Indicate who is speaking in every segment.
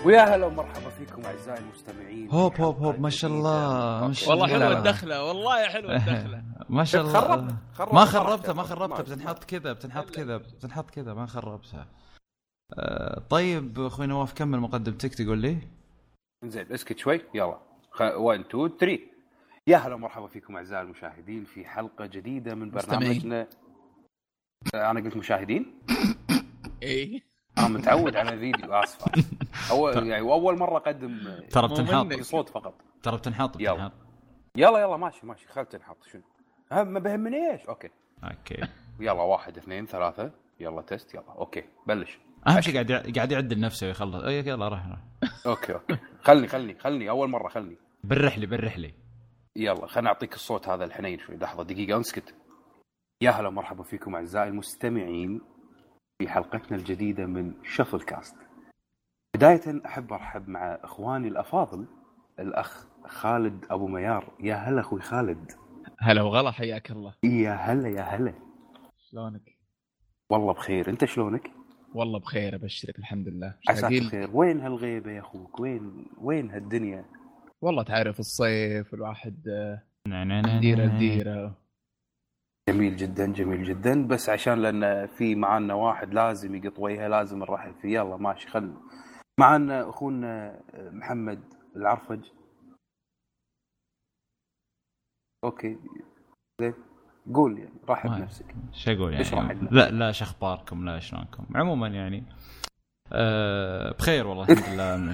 Speaker 1: ويا هلا ومرحبا فيكم أعزائي المستمعين.
Speaker 2: هوب ما شاء الله
Speaker 3: والله حلوة الدخلة، والله حلوة الدخلة.
Speaker 2: ما شاء الله. ما خربتها بتنحط كذا ما خربتها. طيب اخوي نواف كمل مقدمتك تقول لي.
Speaker 1: زين اسكت شوي يلا 1 2 3. يا هلا ومرحبا فيكم أعزائي المشاهدين في حلقة جديدة من برنامجنا. أنا قلت مشاهدين.
Speaker 3: إيه
Speaker 1: أنا متعود على فيديو آسف. أول مرة أقدم
Speaker 2: ترى بتنحط
Speaker 1: صوت فقط.
Speaker 2: ترى بتنحط
Speaker 1: يلا ماشي خل تنحط شنو ما بهمني إيش. أوكي يلا 1 2 3 يلا تست يلا أوكي بلش.
Speaker 2: أهم شيء قاعد يعد لنفسه ويخلص. يلا راح.
Speaker 1: أوكي خلني أول مرة خلني
Speaker 2: بالرح لي
Speaker 1: يلا خلنا نعطيك الصوت هذا الحنين شوي. لحظة دقيقة انسكت. يا هلا ومرحبا فيكم أعزائي المستمعين في حلقتنا الجديدة من شفل كاست. بداية أحب أرحب مع إخواني الأفاضل الأخ خالد أبو ميار. يا هلا أخوي خالد.
Speaker 3: هلا وغلا حياك الله.
Speaker 1: يا هلا
Speaker 3: شلونك؟
Speaker 1: والله بخير. أنت شلونك؟
Speaker 3: والله بخير أبشرك الحمد لله.
Speaker 1: عساك بخير. وين هالغيبة يا أخوك؟ وين هالدنيا؟
Speaker 3: والله تعرف الصيف الواحد ديرة.
Speaker 1: جميل جدا بس عشان لأن في معنا واحد لازم يقطويها لازم نرحب فيه. يلا ماشي خل معنا أخونا محمد العرفج. أوكي زين قول يعني رحب نفسك.
Speaker 2: شو أقول يعني لا شو أخباركم لا شلونكم عموما يعني بخير والله الحمد لله.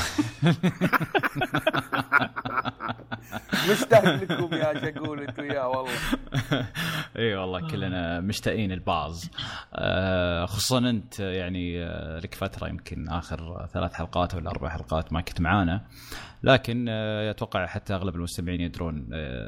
Speaker 1: مشتاق لكم يا شقول انتوا يا والله.
Speaker 2: اي والله كلنا مشتاقين البعض خصوصا انت يعني لك فتره يمكن اخر 3 حلقات ولا 4 حلقات ما كنت معانا، لكن اتوقع حتى اغلب المستمعين يدرون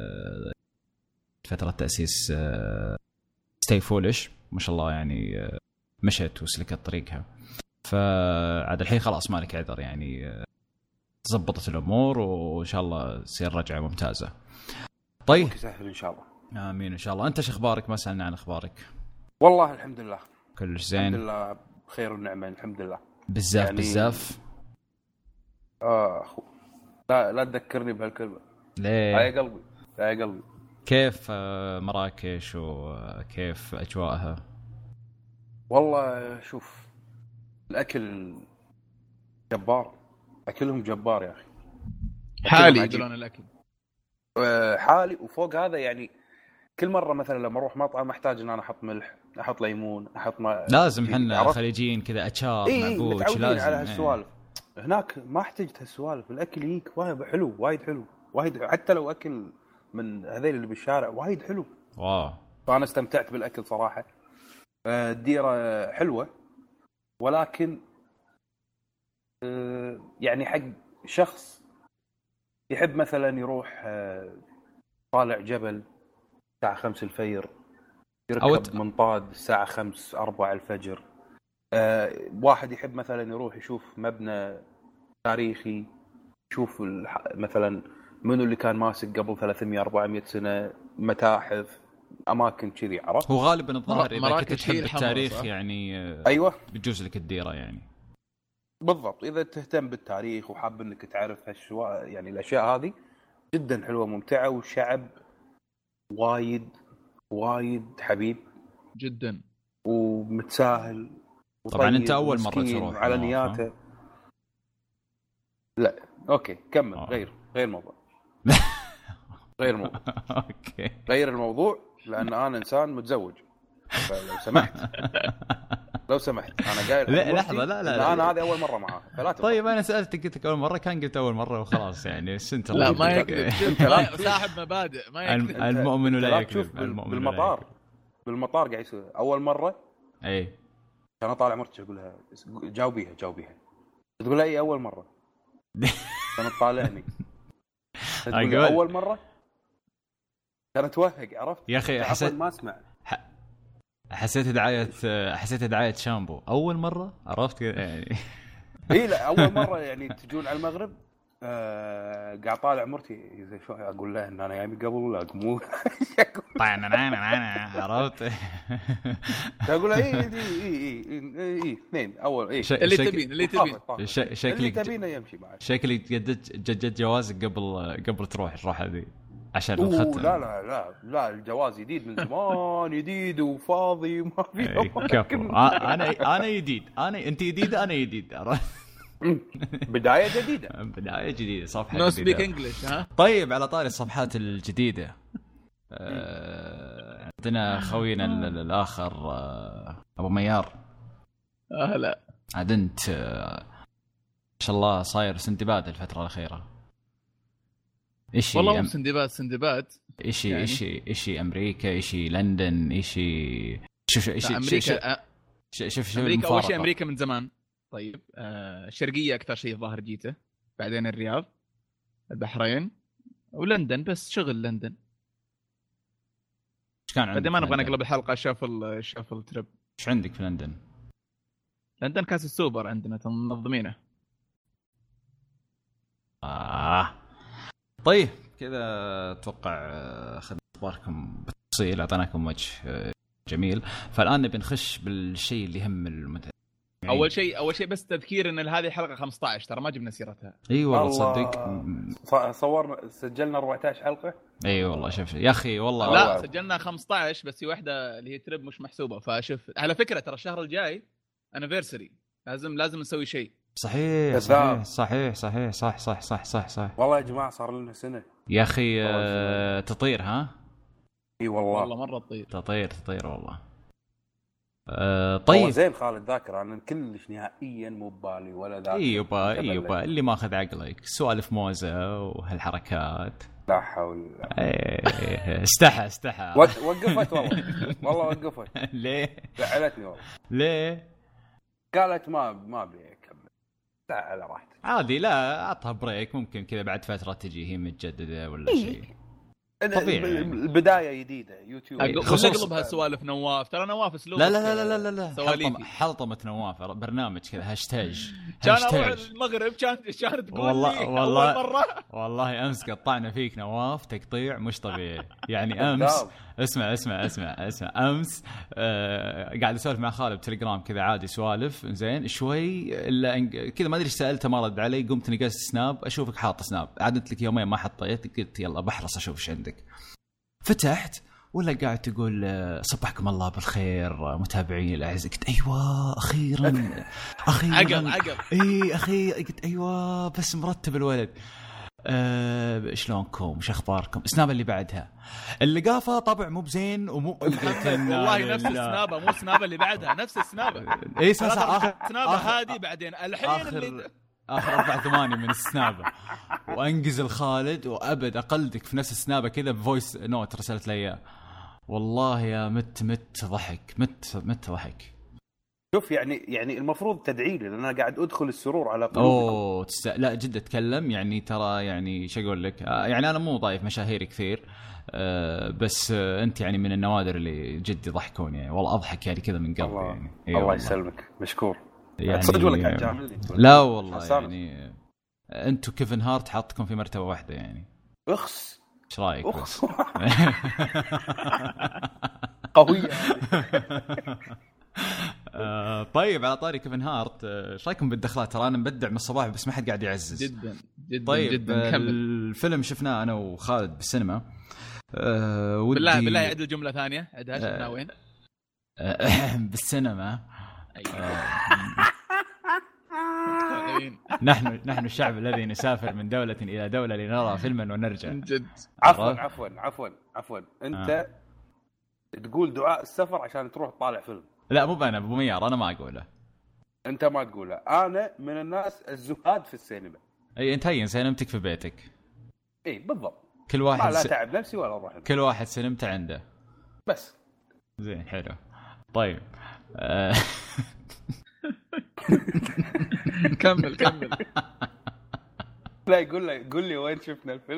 Speaker 2: فتره تاسيس ستاي فولش ما شاء الله يعني مشت وسلكت طريقها، فعاد الحين خلاص مالك عذر يعني تزبطت الأمور وإن شاء الله تصير رجعة ممتازة. طيب
Speaker 1: سهل إن شاء الله.
Speaker 2: آمين إن شاء الله. أنت شخبارك؟ ما سألنا عن أخبارك.
Speaker 1: والله الحمد لله
Speaker 2: كلش زين
Speaker 1: الحمد لله بخير والنعمة الحمد لله.
Speaker 2: بزاف يعني بزاف
Speaker 1: أخو لا تذكرني بهالكلمة.
Speaker 2: ليه؟
Speaker 1: يا قلبي
Speaker 2: كيف مراكش وكيف أجواءها؟
Speaker 1: والله شوف الأكل جبار. أكلهم جبار يا أخي.
Speaker 3: حالي يقولون الأكل
Speaker 1: حالي وفوق هذا يعني كل مرة مثلا لما أروح مطعم أحتاج إن أنا أحط ملح أحط ليمون أحط
Speaker 2: لازم حنا خليجيين كذا أشار معبوش لازم
Speaker 1: على هالسوالف. هناك ما احتجت هالسوالف. الأكل يجيك حلو وايد حلو وايد حتى لو أكل من هذيل اللي بالشارع وايد حلو.
Speaker 2: واو.
Speaker 1: فأنا استمتعت بالأكل صراحة. الديرة حلوة ولكن يعني حق شخص يحب مثلا يروح طالع جبل الساعة 5 الفجر يركب منطاد الساعة 5 4 الفجر. واحد يحب مثلا يروح يشوف مبنى تاريخي يشوف مثلا منو اللي كان ماسك قبل 300 400 سنة متاحف أماكن كذي عرفت.
Speaker 2: هو غالبا الظاهر إذا كنت تحب التاريخ يعني
Speaker 1: أيوة
Speaker 2: بتجوز لك الديرة يعني.
Speaker 1: بالضبط إذا تهتم بالتاريخ وحاب إنك تعرف يعني الأشياء هذه جدا حلوة ممتعة والشعب وايد حبيب
Speaker 3: جدا
Speaker 1: ومتساهل.
Speaker 2: طبعا أنت أول مرة تروح
Speaker 1: على نياته. لا أوكي كمل. غير موضوع غير موضوع
Speaker 2: أوكي
Speaker 1: غير الموضوع لأن أنا إنسان متزوج فلو سمحت أنا قايل
Speaker 2: لحظة لا
Speaker 1: أنا هذه أول مرة معاه.
Speaker 2: طيب أنا سألتك قلت لك أول مرة كان قلت أول مرة وخلاص يعني السنة
Speaker 3: لا ما يكذب صاحب مبادئ ما يكذب.
Speaker 2: المؤمن لا يكذب.
Speaker 1: بالمطار قاعد يسوي أول مرة.
Speaker 2: أي
Speaker 1: أنا طالع مرتي أقول لها جاوبيها تقول لي أول مرة كانت طالعني أول مرة كانت توهق عرفت
Speaker 2: يا أخي.
Speaker 1: حسيت ما أسمع
Speaker 2: حسيت دعاية شامبو أول مرة عرفت يعني.
Speaker 1: إيه لا أول مرة يعني تجون على المغرب قاعد طالع مرتي زي شو اقول له ان انا يعني قبل ولا مو
Speaker 2: انا عرفت.
Speaker 1: اقول له اي اثنين اول اي
Speaker 3: اللي تبين
Speaker 2: شكلك
Speaker 1: تبينه يمشي معك.
Speaker 2: شكلك جددت جوازك قبل تروح هذه عشان الختم.
Speaker 1: لا الجواز جديد من زمان جديد وفاضي وما في
Speaker 2: كفو. انا جديد انت جديد انا جديد.
Speaker 1: بداية جديدة
Speaker 2: صفحة
Speaker 3: نو
Speaker 2: جديدة.
Speaker 3: سبيك انجلش. ها
Speaker 2: طيب على طاري الصفحات الجديدة عندنا خوينا الآخر أبو ميار.
Speaker 3: لا
Speaker 2: عاد أنت ما شاء الله صاير سندباد الفترة الأخيرة. إيشي
Speaker 3: والله سندباد
Speaker 2: إيشي
Speaker 3: يعني.
Speaker 2: إيشي أمريكا إيشي لندن إيشي شوف
Speaker 3: أمريكا أول شيء أمريكا من زمان. طيب الشرقية أكثر شيء ظاهر جيته، بعدين الرياض، البحرين، ولندن. بس شغل لندن.
Speaker 2: إيش كان عندك؟
Speaker 3: بعدين ما نبغى نقلب الحلقة شافل تريب.
Speaker 2: إيش عندك في لندن؟
Speaker 3: لندن كاس السوبر عندنا منظمينه.
Speaker 2: طيب كذا أتوقع أخذنا أخباركم بالتفصيل، أعطيناكم وجه جميل. فالآن نبي نخش بالشيء اللي يهم المتابعين. اول
Speaker 3: شيء بس تذكير ان هذه حلقه 15 ترى ما جبنا سيرتها.
Speaker 2: اي والله تصدق
Speaker 1: صورنا سجلنا 14 حلقه.
Speaker 2: اي والله شوف يا اخي والله
Speaker 3: لا سجلنا 15 بس في واحده اللي هي تريب مش محسوبه. فشوف على فكره ترى الشهر الجاي انيفرساري لازم نسوي شيء.
Speaker 2: صحيح صح
Speaker 1: والله يا جماعه صار لنا سنه
Speaker 2: يا اخي. تطير ها.
Speaker 1: اي والله
Speaker 3: مره
Speaker 2: تطير والله. طيب
Speaker 1: زين خالد ذاكر انا كلش نهائيا مو ببالي ولا ذاكر.
Speaker 2: ايوه اللي ماخذ عقلك سوالف موزه وهالحركات.
Speaker 1: لا حول.
Speaker 2: استحى
Speaker 1: وقفت والله وقفت.
Speaker 2: ليه
Speaker 1: زعلتني والله.
Speaker 2: ليه؟
Speaker 1: قالت ما ابي اكمل. تعال راحتك
Speaker 2: عادي. لا اعطها بريك ممكن كذا بعد فتره تجي هي متجدده ولا شيء. طبيعي
Speaker 1: البدايه جديده يوتيوب
Speaker 3: نقلبها سوالف نواف. ترى نواف اسلوب
Speaker 2: لا حلطمه نواف برنامج كذا هاشتاج
Speaker 3: كان اروح المغرب كانت تقول
Speaker 2: والله امس قطعنا فيك نواف تقطيع مش طبيعي يعني. امس اسمع امس قاعد اسولف مع خالد بتليجرام كذا عادي سوالف زين شوي كذا ما ادري ايش سالته ما رد علي. قمت نقصت سناب اشوفك حاط سناب. عدت لك يومين ما حطيت قلت يلا بحرص اشوف ايش عندك. فتحت ولا قاعد تقول صبحكم الله بالخير متابعين الاعزاء. قلت ايوه اخيرا
Speaker 3: عقب
Speaker 2: اي اخي قلت ايوه بس مرتب الولد. شلونكم وش اخباركم. سناب اللي بعدها اللقافه طبع مو بزين ومو
Speaker 3: والله نفس السنابه مو السنابه اللي بعدها نفس السنابه.
Speaker 2: اي اخر
Speaker 3: سنابه هذه بعدين الحين
Speaker 2: اخر 4-8 من السنابه. وانجز الخالد وابد اقلدك في نفس السنابه كذا بفويس نوت رسلت لي اياه. والله يا مت ضحك.
Speaker 1: شوف يعني المفروض تدعي لي لان انا قاعد ادخل السرور على قلوبكم.
Speaker 2: لا جد اتكلم يعني ترى يعني شو اقول لك يعني انا مو ضايف مشاهيري كثير بس انت يعني من النوادر اللي جد يضحكون يعني. والله اضحك يعني كذا من قلبي يعني.
Speaker 1: الله يسلمك مشكور
Speaker 2: يعني
Speaker 1: صدق ولا قاعد تعمل.
Speaker 2: لا والله يعني انتو كيفن هارت حاطكم في مرتبه واحده يعني.
Speaker 1: اخس
Speaker 2: ايش رايك بس؟
Speaker 1: قويه.
Speaker 2: طيب على طاري كيفن هارت ايش رايكم بالدخلات؟ ترى انا مبدع من الصباح بس ما حد قاعد يعزز.
Speaker 3: جدا
Speaker 2: طيب
Speaker 3: جدا
Speaker 2: الفيلم شفناه انا وخالد بالسينما.
Speaker 3: بالله عد الجمله ثانيه عدها. شفناه وين؟
Speaker 2: بالسينما. نحن الشعب الذي نسافر من دولة إلى دولة لنرى فيلما ونرجع.
Speaker 3: جد.
Speaker 1: عفوا انت تقول دعاء السفر عشان تروح تطالع فيلم.
Speaker 2: لا مو انا ابو ميار انا ما اقوله.
Speaker 1: انت ما تقوله. انا من الناس الزهاد في السينما.
Speaker 2: اي انت هين سينمتك في بيتك.
Speaker 1: اي بالضبط.
Speaker 2: كل واحد
Speaker 1: لا تعب نفسي ولا اروح.
Speaker 2: كل واحد سينمته عنده
Speaker 1: بس.
Speaker 2: زين حلو. طيب
Speaker 3: كمل
Speaker 1: لا قول لي وين شفنا الفيلم.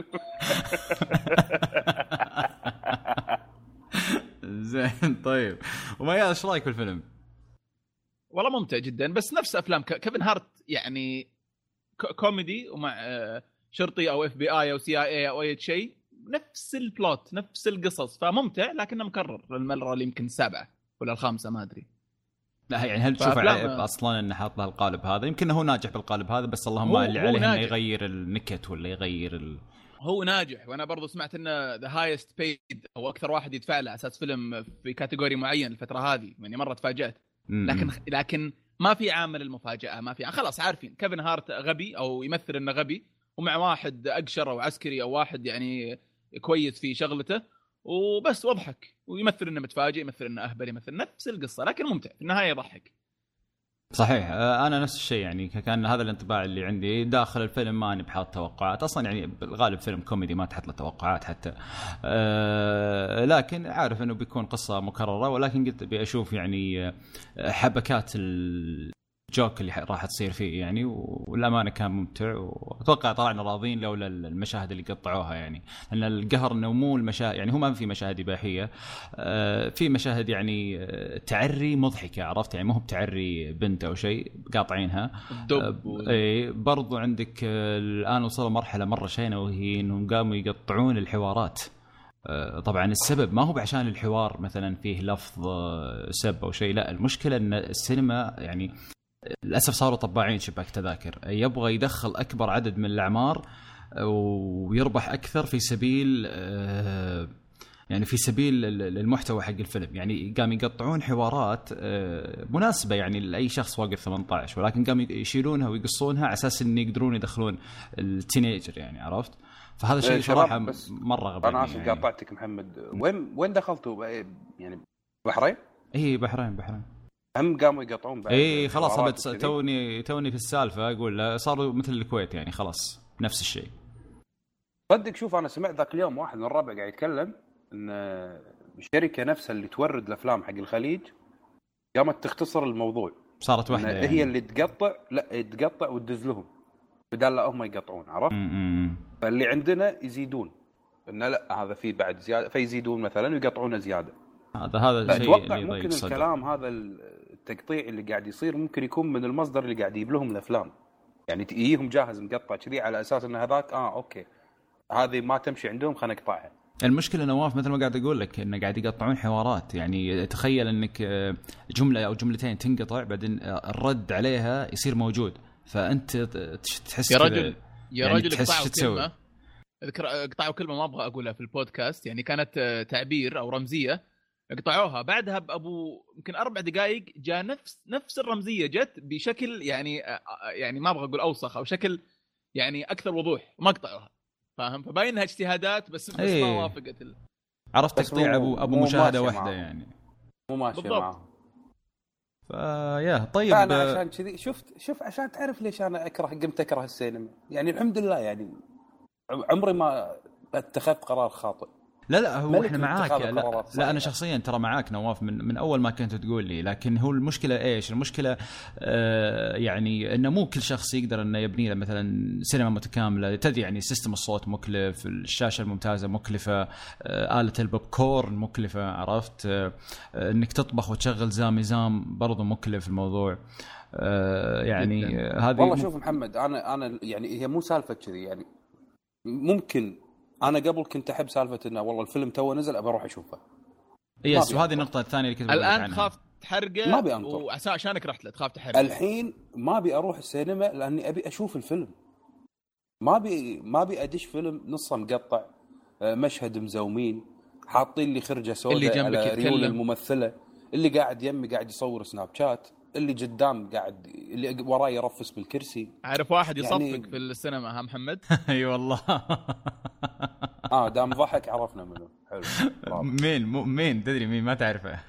Speaker 2: زين طيب وما ايش رايك بالفيلم؟
Speaker 3: والله ممتع جدا بس نفس افلام كيفن هارت يعني كوميدي ومع شرطي او FBI او CIA او اي شيء، نفس البلوت نفس القصص، فممتع لكنه مكرر للمره اللي يمكن 7 ولا 5 ما ادري.
Speaker 2: لا يعني هل تشوف عيب اصلا انه حاط له القالب هذا؟ يمكن هو ناجح بالقالب هذا، بس اللهم اللي عليه انه يغير النكت ولا يغير
Speaker 3: هو ناجح. وانا برضو سمعت انه ذا هايست بيد او اكثر واحد يدفع له اساس فيلم في كاتيجوري معين الفتره هذه، يعني مره تفاجأت. لكن ما في عامل المفاجاه، ما في خلاص عارفين كيفن هارت غبي او يمثل انه غبي، ومع واحد اقشر او عسكري او واحد يعني كويس في شغلته وبس، واضحك ويمثل انه متفاجئ، يمثل انه اهبل، يمثل نفس القصه لكن ممتع في النهايه يضحك.
Speaker 2: صحيح. انا نفس الشيء يعني كان هذا الانطباع اللي عندي داخل الفيلم. ما نبحث توقعات اصلا، يعني بالغالب فيلم كوميدي ما تحط له توقعات حتى، لكن عارف انه بيكون قصه مكرره، ولكن قلت بأشوف يعني حبكات الجوك اللي راح تصير فيه يعني، والامانه كان ممتع، واتوقع طلعنا راضين لولا المشاهد اللي قطعوها يعني. لان القهر انه مو المشاهد يعني، هو ما في مشاهد اباحيه، في مشاهد يعني تعري مضحكه، عرفت يعني، مو هو بتعري بنت او شيء قاطعينها اي. برضو عندك الان وصلوا مرحله مره شينه، وهي انهم قاموا يقطعون الحوارات. طبعا السبب ما هو عشان الحوار مثلا فيه لفظ سب او شيء، لا، المشكله ان السينما يعني للأسف صاروا طباعين شباك تذاكر، يبغى يدخل أكبر عدد من الأعمار ويربح أكثر في سبيل يعني في سبيل المحتوى حق الفيلم. يعني قام يقطعون حوارات مناسبة يعني لأي شخص واقف 18، ولكن قام يشيلونها ويقصونها على أساس إن يقدرون يدخلون التينيجر يعني، عرفت؟ فهذا شيء صراحة مرة غبي.
Speaker 1: أنا آسف قاطعتك محمد، وين دخلتوا يعني بحرين؟
Speaker 2: إيه بحرين هم
Speaker 1: قاموا يقطعون بعد.
Speaker 2: اي خلاص توني في السالفه اقول لا، صاروا مثل الكويت يعني، خلاص نفس الشيء.
Speaker 1: صدق شوف، انا سمعت ذاك اليوم واحد من الربع قاعد يتكلم ان الشركه نفسها اللي تورد الافلام حق الخليج قامت تختصر الموضوع،
Speaker 2: صارت واحده يعني.
Speaker 1: هي اللي تقطع وتدز لهم بدال لا هم يقطعون، عرفت؟ فاللي عندنا يزيدون ان لا هذا فيه بعد زياده، فيزيدون مثلا ويقطعون زياده.
Speaker 2: هذا الشيء اللي
Speaker 1: ممكن الكلام هذا التقطيع اللي قاعد يصير ممكن يكون من المصدر اللي قاعد يجيب لهم الافلام، يعني تجيهم جاهز مقطع كذي على اساس ان هذاك اوكي هذه ما تمشي عندهم خلينا نقطعها.
Speaker 2: المشكله نواف مثل ما قاعد اقول لك انه قاعد يقطعون حوارات، يعني تخيل انك جمله او جملتين تنقطع بعدين الرد عليها يصير موجود، فانت تحس
Speaker 3: يا رجل
Speaker 2: يعني
Speaker 3: قطعوا كلمه ما ابغى اقولها في البودكاست، يعني كانت تعبير او رمزيه قطعوها، بعدها بابو يمكن 4 دقائق جاء نفس الرمزيه جت بشكل يعني ما ابغى اقول اوسخ او شكل يعني اكثر وضوح، ما قطعوها، فاهم؟ فباينها اجتهادات بس ما وافقت
Speaker 2: عرفت تقطيع ابو مشاهده واحده يعني،
Speaker 1: مو ماشي معه.
Speaker 2: فيا طيب
Speaker 1: انا عشان كذي شوف عشان تعرف ليش انا قمت اكره السينما يعني. الحمد لله يعني عمري ما اتخذت قرار خاطئ.
Speaker 2: لا هو احنا معاك. لا انا شخصيا ترى معاك نواف من اول ما كنت تقول لي، لكن هو المشكله ايش؟ المشكله يعني انه مو كل شخص يقدر انه يبني له مثلا سينما متكامله. تدري يعني سيستم الصوت مكلف، الشاشه الممتازه مكلفه، آلة البوب كورن مكلفه، عرفت؟ انك تطبخ وتشغل زام برضو مكلف الموضوع. يعني هذه
Speaker 1: والله شوف محمد، انا يعني هي مو سالفه كذي يعني. ممكن انا قبل كنت احب سالفه انه والله الفيلم تو نزل ابى اروح اشوفه.
Speaker 2: يس، وهذه النقطه الثانيه اللي كنت بقول
Speaker 3: الان تخاف تحرقه وعشانك رحت له تخاف تحرقه.
Speaker 1: الحين ما ابي اروح السينما لاني ابي اشوف الفيلم. ما ابي ادش فيلم نصه مقطع، مشهد مزومين، حاطين لي خرجه سوداء على ريول الممثله، اللي قاعد يمي قاعد يصور سناب شات، اللي قدام قاعد اللي وراي يرفس بالكرسي.
Speaker 3: عارف واحد يصفق يعني في السينما محمد.
Speaker 2: اي والله.
Speaker 1: دام ضحك عرفنا منه. حلو.
Speaker 2: مين تدري مين؟ ما تعرفه.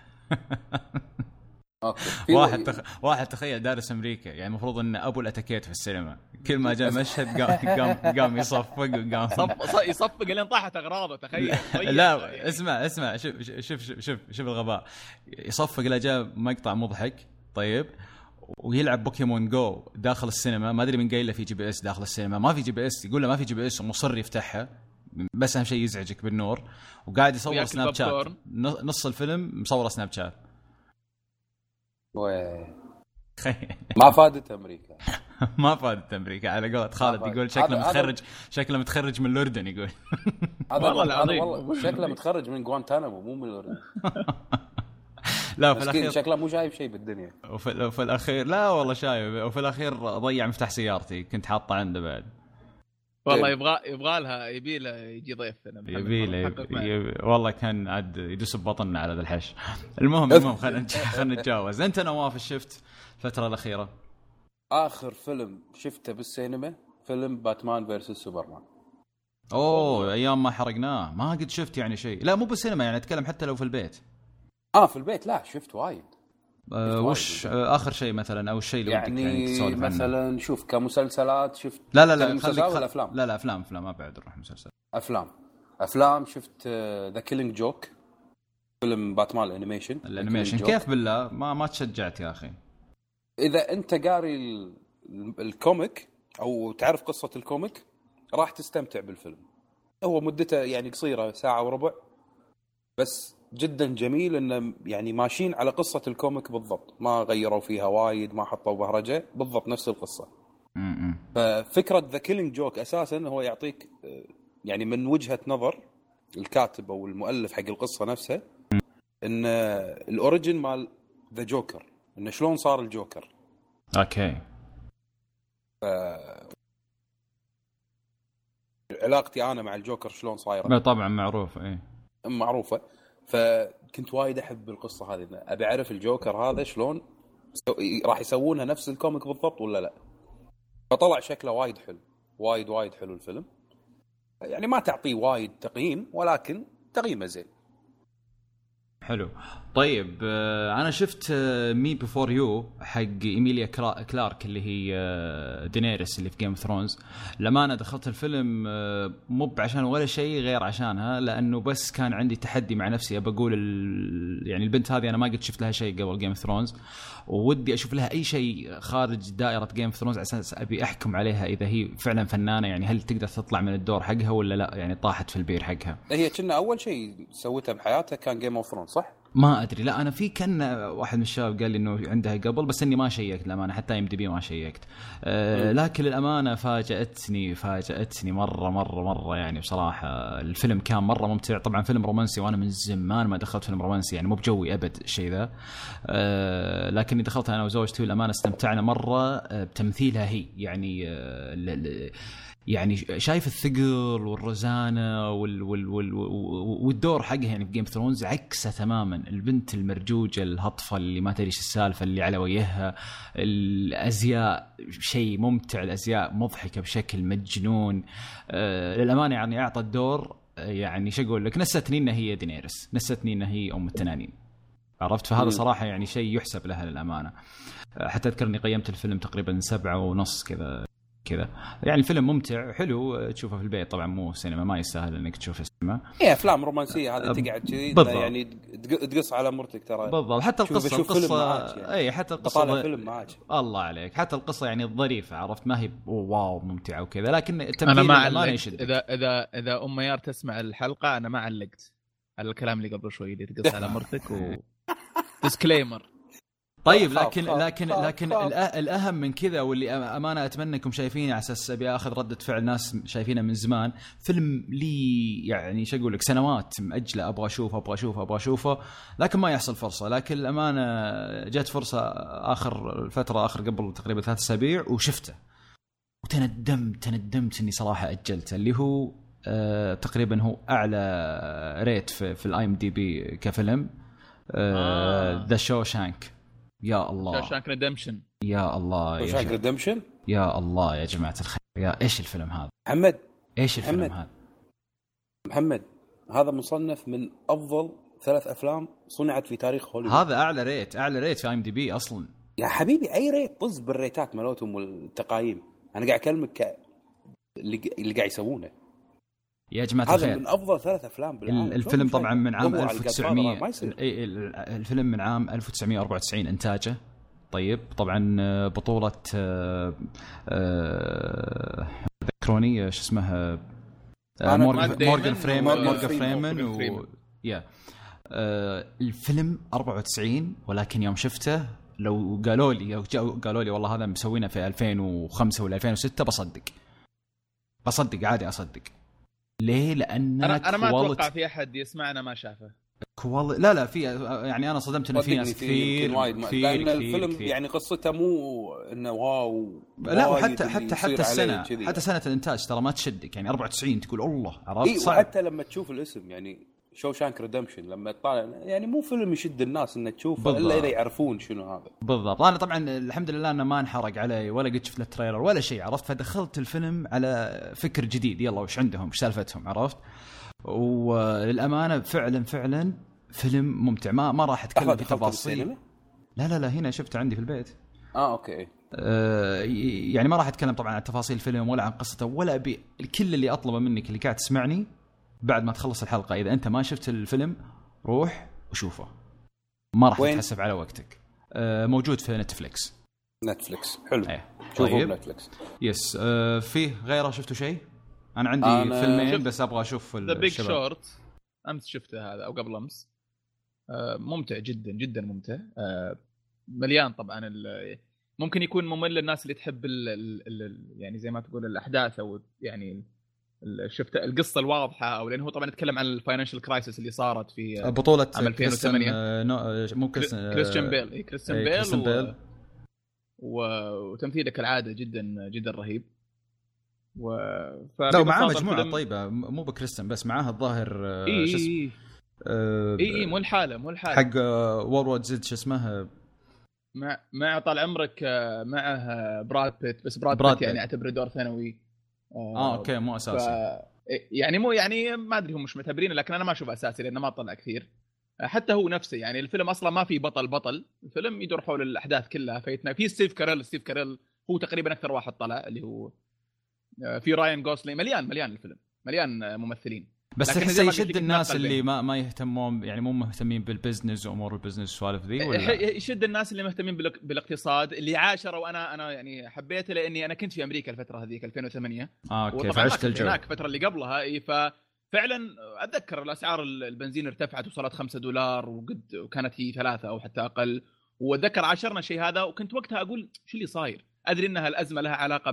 Speaker 1: اوكي.
Speaker 2: واحد تخيل دارس امريكا، يعني المفروض ان ابو الاتيكيت في السينما، كل ما جاء مشهد قام يصفق وقام
Speaker 3: يصفق لين طاحت اغراضه. تخيل.
Speaker 2: لا اسمع شوف الغباء. يصفق لا جاء مقطع مضحك طيب، ويلعب بوكيمون جو داخل السينما. ما ادري من قايل له في GPS داخل السينما، ما في GPS، يقول له ما في GPS ومصر يفتحها، بس اهم شيء يزعجك بالنور، وقاعد يصور سناب شات نص الفيلم مصور سناب شات.
Speaker 1: ما فادت امريكا.
Speaker 2: ما فادت امريكا على قولة خالد. يقول شكله متخرج من الاردن. يقول
Speaker 1: والله شكله متخرج من غوانتانامو مو من الاردن.
Speaker 2: لا في الاخير
Speaker 1: شكله مو شايف شيء بالدنيا.
Speaker 2: وفي الاخير لا والله شايف. وفي الاخير ضيع مفتاح سيارتي كنت حاطه عنده بعد.
Speaker 3: والله يبغى لها يبي له يجي ضيف
Speaker 2: والله كان عاد يدس ببطننا على ذا الحش. المهم خلينا نتجاوز. انت نواف شفت الفتره الاخيره؟
Speaker 1: اخر فيلم شفته بالسينما فيلم باتمان فيرسس سوبرمان.
Speaker 2: ايام ما حرقناه ما قد شفت يعني شيء. لا مو بالسينما يعني اتكلم حتى لو في البيت.
Speaker 1: في البيت لا شفت وايد.
Speaker 2: وش اخر شيء مثلا او الشيء اللي
Speaker 1: يعني تسولف مثلا عنه؟ شوف كمسلسلات شفت.
Speaker 2: لا
Speaker 1: افلام.
Speaker 2: لا افلام ما بعد نروح مسلسل.
Speaker 1: افلام شفت ذا كيلينج جوك فيلم باتمان الانيميشن.
Speaker 2: كيف بالله ما تشجعت يا اخي.
Speaker 1: اذا انت قاري الكوميك او تعرف قصة الكوميك راح تستمتع بالفيلم. هو مدته يعني قصيرة ساعة وربع بس جدا جميل انه يعني ماشيين على قصة الكوميك بالضبط. ما غيروا فيها وايد ما حطوا بهرجة بالضبط نفس القصة. ففكرة ذا كيلينج جوك اساسا هو يعطيك يعني من وجهة نظر الكاتب او المؤلف حق القصة نفسها ان الاوريجين مال ذا جوكر انه شلون صار الجوكر.
Speaker 2: اوكي.
Speaker 1: علاقتي انا مع الجوكر شلون صايره.
Speaker 2: لا طبعا معروفه.
Speaker 1: فكنت وايد احب القصه هذه. ابي اعرف الجوكر هذا شلون راح يسوونها نفس الكوميك بالضبط ولا لا. فطلع شكله وايد حلو. وايد حلو الفيلم. يعني ما تعطيه وايد تقييم ولكن تقييمه زين.
Speaker 2: حلو. طيب انا شفت مي بيفور يو حق إيميليا كلارك اللي هي دينيريس اللي في جيم اوف ثرونز. لما انا دخلت الفيلم مو عشان ولا شيء غير عشانها لانه بس كان عندي تحدي مع نفسي ابى اقول يعني البنت هذه انا ما قد شفت لها شيء قبل جيم اوف ثرونز وودي اشوف لها اي شيء خارج دائره جيم اوف ثرونز على اساس ابي احكم عليها اذا هي فعلا فنانه يعني هل تقدر تطلع من الدور حقها ولا لا يعني طاحت في البير حقها.
Speaker 1: هي كنا اول شيء سوتها بحياتها كان جيم اوف ثرونز صح؟
Speaker 2: ما ادري. لا انا في كان واحد من الشباب قال لي انه عندها قبل بس اني ما شيكت الامانه حتى IMDb ما شيكت. لكن الامانه فاجاتني مره يعني بصراحه. الفيلم كان مره ممتع. طبعا فيلم رومانسي وانا من زمان ما دخلت فيلم رومانسي يعني مو بجوي ابد الشيء ذا. لكني دخلت انا وزوجتي والامانه استمتعنا مره بتمثيلها هي يعني شايف الثقل والرزانة والدور حقها يعني في جيم اوف ثرونز عكسه تماما. البنت المرجوجة الهطفة اللي ما تدري ايش السالفة اللي على وجهها. الأزياء شيء ممتع. الأزياء مضحكة بشكل مجنون. للأمانة يعني أعطى الدور يعني شو أقول لك نستني إنها هي دينيريس نستني إنها هي أم التنانين. عرفت. فهذا صراحة يعني شيء يحسب لها للأمانة. حتى أذكرني قيمت الفيلم تقريبا 7.5 كذا يعني الفيلم ممتع حلو تشوفه في البيت. طبعا مو سينما ما يستاهل انك تشوفه السينما.
Speaker 1: هي افلام رومانسيه هذه تقعد كذي يعني تقص على مرتك ترى
Speaker 2: بالضبط. حتى القصه
Speaker 1: يعني.
Speaker 2: اي حتى القصه
Speaker 1: طالع فيلم معك
Speaker 2: الله عليك. حتى القصه يعني ظريفه عرفت ما هي واو ممتعه وكذا لكن
Speaker 3: انا ما علقت. اذا ام يار تسمع الحلقه انا ما علقت على الكلام اللي قبل شوي اللي تقص على مرتك و ديسكليمر.
Speaker 2: طيب لكن الأهم من كذا واللي أمانة أتمنى أنكم شايفينه على أساس أبي أخذ ردة فعل ناس شايفينه من زمان. فيلم لي يعني شو أقول لك سنوات مأجلة أبغى أشوفه لكن ما يحصل فرصة. لكن الأمانة جات فرصة آخر قبل تقريبا 3 أسابيع وشفته وتندمت إني صراحة أجلته. اللي هو تقريبا هو أعلى ريت في IMDb كفيلم ذا شوشانك. يا الله
Speaker 3: شوشانك ريدمشن.
Speaker 2: يا الله
Speaker 1: شوشانك ريدمشن.
Speaker 2: يا الله يا جماعة الخير يا ايش الفيلم هذا
Speaker 1: محمد.
Speaker 2: ايش الفيلم هذا
Speaker 1: محمد. هذا مصنف من افضل 3 أفلام صنعت في تاريخ هوليوود.
Speaker 2: هذا اعلى ريت في IMDb اصلا
Speaker 1: يا حبيبي. اي ريت طز بالريتات مالتهم والتقايم. انا قاعد اكلمك اللي قاعد يسوونه
Speaker 2: يا جماعة الخير.
Speaker 1: هذا من أفضل 3 أفلام بالعالم.
Speaker 2: الفيلم طبعا من عام 1900. الفيلم من عام 1994 إنتاجه. طيب طبعا بطولة ذكروني شو اسمها مورغان فريمن الفيلم 94 ولكن يوم شفته لو قالوا لي أو قالوا لي والله هذا مسوينا في 2005 ولا 2006 بصدق عادي أصدق. ليه؟ لأن
Speaker 3: أنا ما أتوقع في أحد يسمعنا ما شافه.
Speaker 2: لا في يعني أنا صدمت إن في ناس كثير
Speaker 1: لأن الفيلم كثير. يعني قصته مو إنه واو،
Speaker 2: لا وحتى السنة حتى سنة الإنتاج ترى ما تشدك يعني 94 تقول الله عرفت
Speaker 1: صعب. وحتى لما تشوف الاسم يعني شوشانك ريدمشن لما تطالع يعني مو فيلم يشد الناس إنه تشوفه إلا إذا يعرفون شنو هذا
Speaker 2: بالضبط. أنا طبعا الحمد لله أنه ما انحرق علي ولا قد شفت التريلر ولا شيء عرفت، فدخلت الفيلم على فكر جديد يلا وش عندهم وش سالفتهم عرفت. وللأمانة فعلا فيلم ممتع. ما راح اتكلم في تفاصيل. لا هنا شفته عندي في البيت.
Speaker 1: اوكي.
Speaker 2: يعني ما راح اتكلم طبعا عن تفاصيل الفيلم ولا عن قصته ولا كل اللي اطلبه منك اللي قاعد تسمعني بعد ما تخلص الحلقه اذا انت ما شفت الفيلم روح وشوفه، ما راح تتحسب على وقتك. موجود في نتفليكس.
Speaker 1: حلو. شوفوا
Speaker 2: طيب.
Speaker 1: نتفليكس
Speaker 2: يس. فيه غيره شفتوا شيء؟ انا عندي فيلمين بس ابغى اشوف
Speaker 3: ذا بيج شورت. امس شفته هذا او قبل امس. ممتع جدا جدا ممتع. مليان طبعا ممكن يكون ممل للناس اللي تحب يعني زي ما تقول الاحداث او يعني شفت القصه الواضحه او لانه هو طبعا يتكلم عن الفاينانشال كرايسيس اللي صارت في
Speaker 2: بطوله
Speaker 3: عام 2008 كريستيان بيل وتمثيله كالعاده جدا جدا رهيب.
Speaker 2: لو معاه مجموعه طيبه مو بكريستيان بس معاه الظاهر شو اسمه
Speaker 3: مو الحاله
Speaker 2: حق وورد زد شو اسمه
Speaker 3: مع طال عمرك معه براد بيت بس براد بيت يعني اعتبره دور ثانوي.
Speaker 2: اوكي مو اساسي
Speaker 3: يعني مو يعني ما ادري هم مش معتبرينه لكن انا ما اشوفه اساسي لانه ما طلع كثير. حتى هو نفسه يعني الفيلم اصلا ما في بطل الفيلم يدور حول الاحداث كلها فيتنا في ستيف كاريل هو تقريبا اكثر واحد طلع اللي هو في راين غوسلي. مليان الفيلم مليان ممثلين
Speaker 2: بس تحس يشد الناس اللي ما يهتمون يعني مو مهتمين بالبزنس وامور البزنس والسوالف ذي ولا
Speaker 3: يشد الناس اللي مهتمين بالاقتصاد اللي عاشروا. وانا يعني حبيته لاني انا كنت في امريكا الفتره هذيك 2008
Speaker 2: اوكي فعشت الجو
Speaker 3: هناك الفتره اللي قبلها ففعلا اتذكر الاسعار البنزين ارتفعت وصلت $5 وكانت هي 3 او حتى اقل. واتذكر عاشرنا شيء هذا وكنت وقتها اقول شو اللي صاير. ادري انها الازمه لها علاقه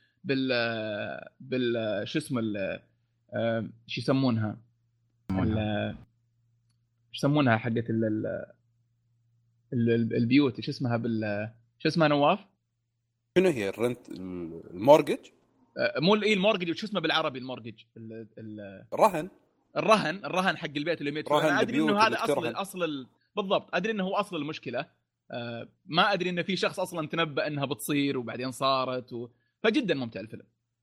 Speaker 3: بال شو اسمه شو يسمونها حقه البيوت شو اسمها شو اسمها نواف
Speaker 1: شنو هي الرنت المورجج
Speaker 3: مو المورجج وش اسمه بالعربي المورجج الرهن حق البيت اللي انا ادري انه هذا اصل بالضبط. ادري انه هو اصل المشكله. ما ادري انه في شخص اصلا تنبأ انها بتصير وبعدين صارت فجدا ممتع الفيلم.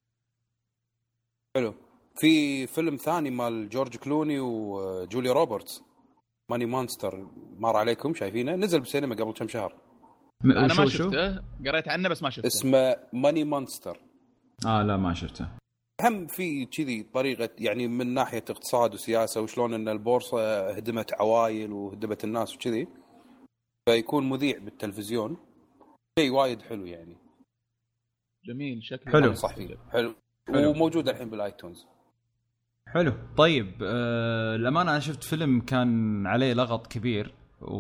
Speaker 1: حلو. في فيلم ثاني مال جورج كلوني وجولي روبرتس ماني مونستر مر عليكم شايفينه؟ نزل بالسينما قبل كم شهر.
Speaker 3: انا ما شفته قريت عنه بس ما شفته.
Speaker 1: اسمه ماني مونستر.
Speaker 2: لا ما شفته.
Speaker 1: هم في كذي طريقه يعني من ناحيه اقتصاد وسياسه وشلون ان البورصه هدمت عوائل وهدمت الناس وكذي فيكون مذيع بالتلفزيون. شيء وايد حلو يعني.
Speaker 3: جميل شكله
Speaker 2: حلو
Speaker 1: صحيح حلو. وموجود الحين بالايتونز.
Speaker 2: حلو. طيب الأمانة أنا شفت فيلم كان عليه لغط كبير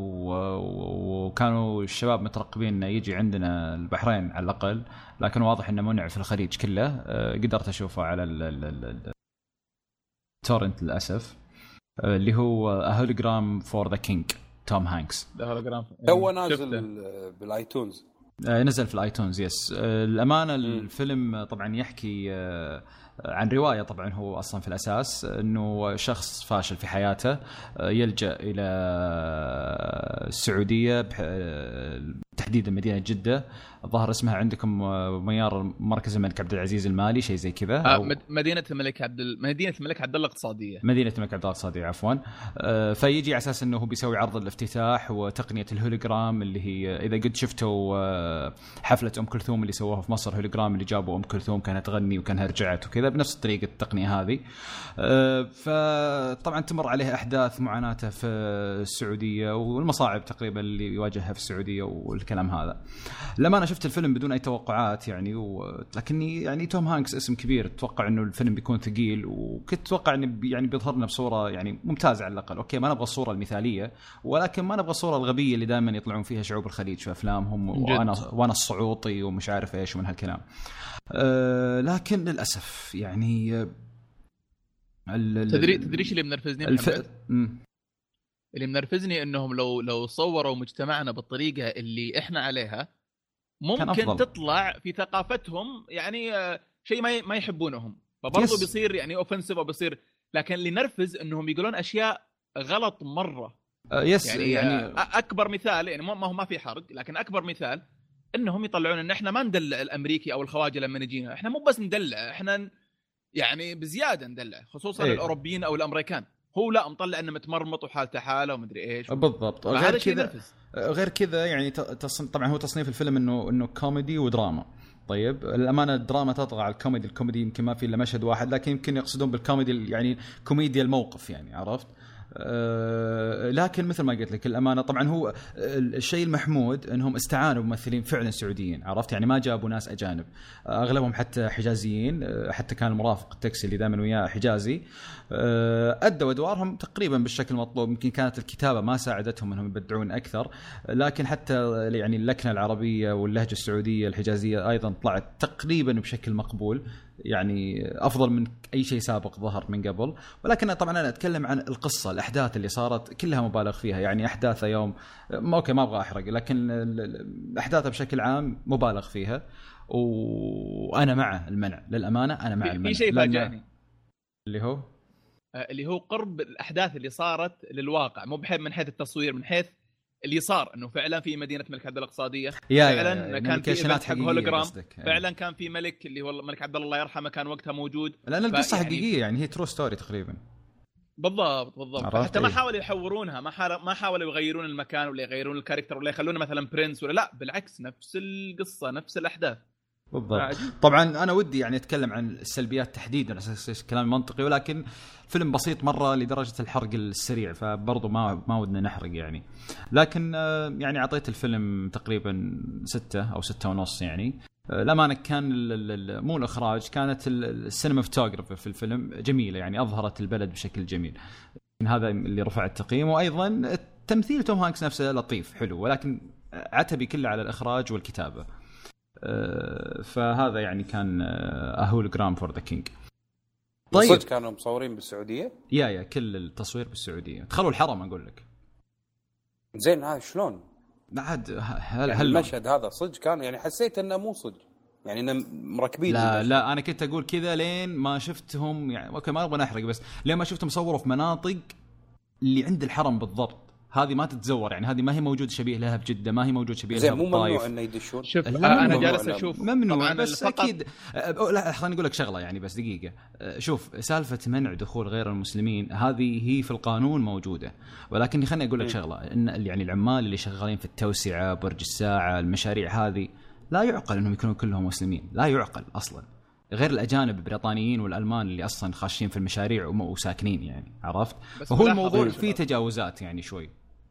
Speaker 2: وكانوا الشباب مترقبين إنه يجي عندنا البحرين على الأقل لكن واضح إنه منع في الخليج كله. قدرت أشوفه على التورنت للأسف اللي هو A Hologram for the King توم هانكس.
Speaker 1: هو نازل بالايتونز.
Speaker 2: نزل في الايتونز يس. الأمانة الفيلم طبعا يحكي عن رواية. طبعا هو أصلا في الأساس أنه شخص فاشل في حياته يلجأ إلى السعودية تحديدا مدينة جدة الظاهر اسمها عندكم ميار مركز الملك عبد العزيز المالي شيء زي كذا.
Speaker 3: مدينة الملك عبد الله الاقتصادية.
Speaker 2: مدينة الملك عبد الله الاقتصادية عفوا. فيجي على أساس أنه بيسوي عرض الافتتاح وتقنية الهولوجرام اللي هي إذا قد شفتوا حفلة أم كلثوم اللي سووها في مصر هولوجرام اللي جابوا أم كلثوم كانت تغني وكانها رجعت وكذا بنفس طريقة التقنية هذه. فطبعا تمر عليه أحداث معاناته في السعودية والمصاعب تقريبا اللي يواجهها في السعودية الكلام هذا. لما أنا شفت الفيلم بدون أي توقعات يعني لكني يعني توم هانكس اسم كبير، أتوقع إنه الفيلم بيكون ثقيل، وكنت أتوقع إنه يعني بيظهرنا بصورة يعني ممتازة على الأقل. أوكي ما نبغى الصورة المثالية، ولكن ما نبغى الصورة الغبية اللي دائما يطلعون فيها شعوب الخليج في أفلامهم، وأنا الصعوطي ومش عارف إيش ومن هالكلام. لكن للأسف يعني
Speaker 3: تدريش اللي منرفزني اللي منرفزني انهم لو صوروا مجتمعنا بالطريقه اللي احنا عليها ممكن تطلع في ثقافتهم يعني شيء ما يحبونهم، فبرضه بيصير يعني اوفنسيف او بيصير. لكن اللي نرفز انهم يقولون اشياء غلط مره. يعني اكبر مثال يعني ما في حرق، لكن اكبر مثال انهم يطلعون ان احنا ما ندلع الامريكي او الخواجه لما نجينا، احنا مو بس ندلع، احنا يعني بزياده ندلع، خصوصا الاوروبيين او الامريكان. هو لا مطلع انه متمرمط وحالته حاله ومدري ايش
Speaker 2: بالضبط. غير كذا يعني طبعا هو تصنيف الفيلم انه كوميدي ودراما. طيب الامانه الدراما تطغى على الكوميدي يمكن ما في الا مشهد واحد، لكن يمكن يقصدون بالكوميدي يعني كوميديا الموقف يعني، عرفت؟ لكن مثل ما قلت لك الأمانة طبعا هو الشيء المحمود أنهم استعانوا بممثلين فعلا سعوديين، عرفت يعني ما جابوا ناس أجانب، أغلبهم حتى حجازيين، حتى كان المرافق التاكسي اللي دائما وياه حجازي. أدوا أدوارهم تقريبا بالشكل المطلوب. يمكن كانت الكتابة ما ساعدتهم أنهم يبدعون أكثر، لكن حتى يعني اللكنة العربية واللهجة السعودية الحجازية أيضا طلعت تقريبا بشكل مقبول، يعني أفضل من أي شيء سابق ظهر من قبل. ولكن طبعا أنا أتكلم عن القصة، الأحداث اللي صارت كلها مبالغ فيها، يعني أحداث يوم أوكي ما أبغى أحرق، لكن الأحداث بشكل عام مبالغ فيها، وأنا مع المنع للأمانة. أنا مع المنع.
Speaker 3: في شيء فاجأني
Speaker 2: اللي
Speaker 3: هو قرب الأحداث اللي صارت للواقع، مو بحيث من حيث التصوير، من حيث اللي صار انه فعلا في مدينه الملك عبد الله الاقتصاديه، فعلا كان في ايفنت حق هولوجرام، فعلا كان في ملك اللي هو الملك عبد الله يرحمه كان وقتها موجود،
Speaker 2: لان القصه حقيقيه يعني هي ترو ستوري تقريبا.
Speaker 3: بالضبط. حتى ما حاولوا يحورونها، ما حاولوا يغيرون المكان ولا يغيرون الكاركتر ولا يخلونه مثلا برنس ولا لا، بالعكس نفس القصه نفس الاحداث
Speaker 2: بالضبط. طبعا انا ودي يعني اتكلم عن السلبيات تحديدا اساس كلام منطقي، ولكن فيلم بسيط مره لدرجه الحرق السريع، فبرضه ما ودنا نحرق يعني. لكن يعني اعطيت الفيلم تقريبا 6 أو 6.5 يعني. لما كان مو الاخراج، كانت السينماتوجرافي في الفيلم جميله، يعني اظهرت البلد بشكل جميل، هذا اللي رفع التقييم. وايضا التمثيل توم هانكس نفسه لطيف حلو، ولكن عتبي كله على الاخراج والكتابه. فهذا يعني كان هولوجرام فور ذا كينج.
Speaker 1: طيب صدق كانوا مصورين بالسعوديه؟
Speaker 2: يا كل التصوير بالسعوديه، دخلوا الحرم اقول لك.
Speaker 1: زين هذا شلون
Speaker 2: بعد
Speaker 1: يعني المشهد هذا صدق كان يعني حسيت انه مو صدق، يعني انه مركبين.
Speaker 2: لا انا كنت اقول كذا لين ما شفتهم، يعني اوكي ما ابغى نحرق، بس لين ما شفتهم صوروا في مناطق اللي عند الحرم بالضبط. هذه ما تتزور يعني، هذه ما هي موجود شبيه لها بجدة، ما هي موجود شبيه لها بالطايف.
Speaker 1: مو ممنوع انه يدشون.
Speaker 3: شوف انا جالس اشوف
Speaker 2: ممنوع، بس اكيد لا خليني اقول لك شغله يعني بس دقيقه. شوف سالفه منع دخول غير المسلمين هذه هي في القانون موجوده، ولكن خليني اقول لك شغله، ان يعني العمال اللي شغالين في التوسعه، برج الساعه، المشاريع هذه، لا يعقل انهم يكونوا كلهم مسلمين، لا يعقل اصلا، غير الأجانب البريطانيين والألمان اللي أصلا خاشين في المشاريع وساكنين يعني، عرفت؟ فهو الموضوع فيه تجاوزات يعني شوي.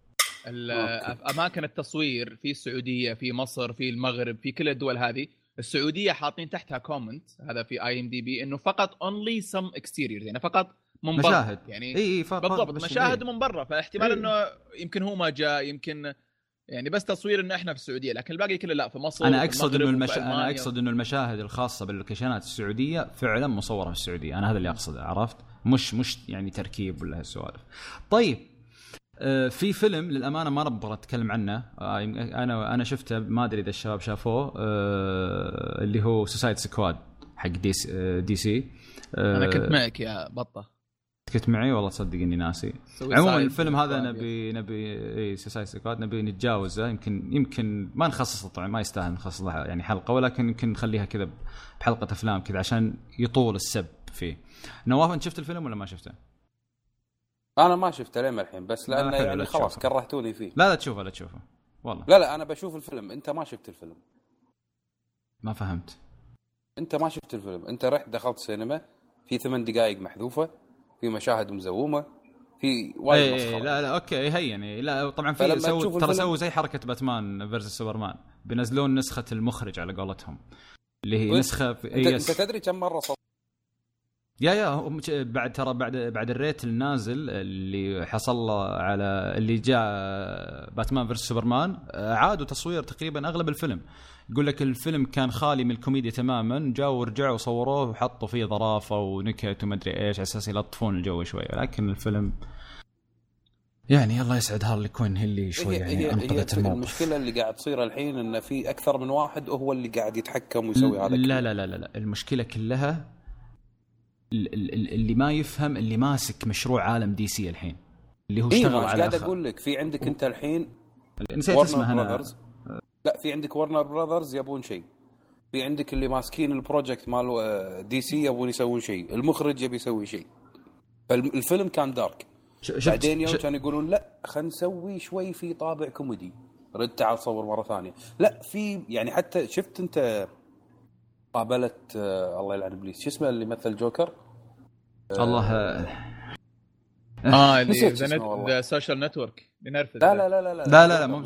Speaker 3: أماكن التصوير في السعودية، في مصر، في المغرب، في كل الدول هذه، السعودية حاطين تحتها كومنت هذا في IMDb إنه فقط only some exterior، يعني فقط من
Speaker 2: مشاهد
Speaker 3: يعني
Speaker 2: بالضبط
Speaker 3: مشاهد من برا، فاحتمال إنه يمكن هو ما جاء، يمكن يعني بس تصوير إنه إحنا في السعودية، لكن الباقي كله لا في مصر.
Speaker 2: أنا أقصد إنه المشاهد الخاصة باللوكيشنات السعودية فعلا مصورة في السعودية، أنا هذا اللي أقصده، عرفت؟ مش يعني تركيب ولا هالسوالف. طيب في فيلم للأمانة ما نبغى نتكلم عنه، أنا شفته، ما أدري إذا الشباب شافوه، اللي هو سوسايد سكواد حق دي سي.
Speaker 3: أنا كنت معك يا بطة.
Speaker 2: كنت معي والله، تصدق إني ناسي. عموما الفيلم هذا نبي سوسايد سكواد نبي نتجاوزه، يمكن ما نخصصه طبعا، ما يستاهل نخصص لها يعني حلقة، ولكن يمكن نخليها كذا بحلقة أفلام كذا عشان يطول السب فيه. نواف أنت شفت الفيلم ولا ما شفته؟
Speaker 1: انا ما شفته لين الحين، بس لانه يعني خلاص كرهتوني فيه.
Speaker 2: لا تشوفه والله.
Speaker 1: لا انا بشوف الفيلم. انت ما شفت الفيلم.
Speaker 2: ما فهمت.
Speaker 1: انت ما شفت الفيلم، انت رحت دخلت سينما في 8 دقائق محذوفه، في مشاهد مزومه، في وايد مسخره.
Speaker 2: لا اوكي هي يعني لا طبعا في سووا زي حركه باتمان فيرسس سوبرمان، بينزلون نسخه المخرج على قولتهم اللي هي نسخه
Speaker 1: انت تدري كم مره
Speaker 2: يا بعد ترى بعد الريت النازل اللي حصل على اللي جاء باتمان فيرس سوبرمان عادوا تصوير تقريبا اغلب الفيلم. يقول لك الفيلم كان خالي من الكوميديا تماما، جاوا ورجعوا وصوروه وحطوا فيه ظرافه ونكت وما ادري ايش على اساس يلطفون الجو شوي، لكن الفيلم يعني الله يسعد هارلي كوين هي اللي شوي يعني انقذت الموقف.
Speaker 1: المشكله اللي قاعد تصير الحين ان في اكثر من واحد وهو اللي قاعد يتحكم ويسوي هذا.
Speaker 2: لا المشكله كلها اللي ما يفهم اللي ماسك مشروع عالم دي سي الحين اللي هو اشتغل على
Speaker 1: قاعد اقول لك في عندك انت الحين
Speaker 2: نسيت اسمه انا.
Speaker 1: لا في عندك ورنر براذرز يبون شيء، في عندك اللي ماسكين البروجكت مال دي سي يبون يسوون شيء، المخرج يبي يسوي شيء. فالفيلم كان دارك، بعدين يوم كانوا يقولون لا خلينا نسوي شوي في طابع كوميدي، رد تعال صور مره ثانيه. لا في يعني حتى شفت انت قابلة الله يلعن ابليس شو اسمه اللي مثل جوكر
Speaker 2: الله
Speaker 3: اللي ذا سوشيال نتورك بنرفض.
Speaker 2: لا مو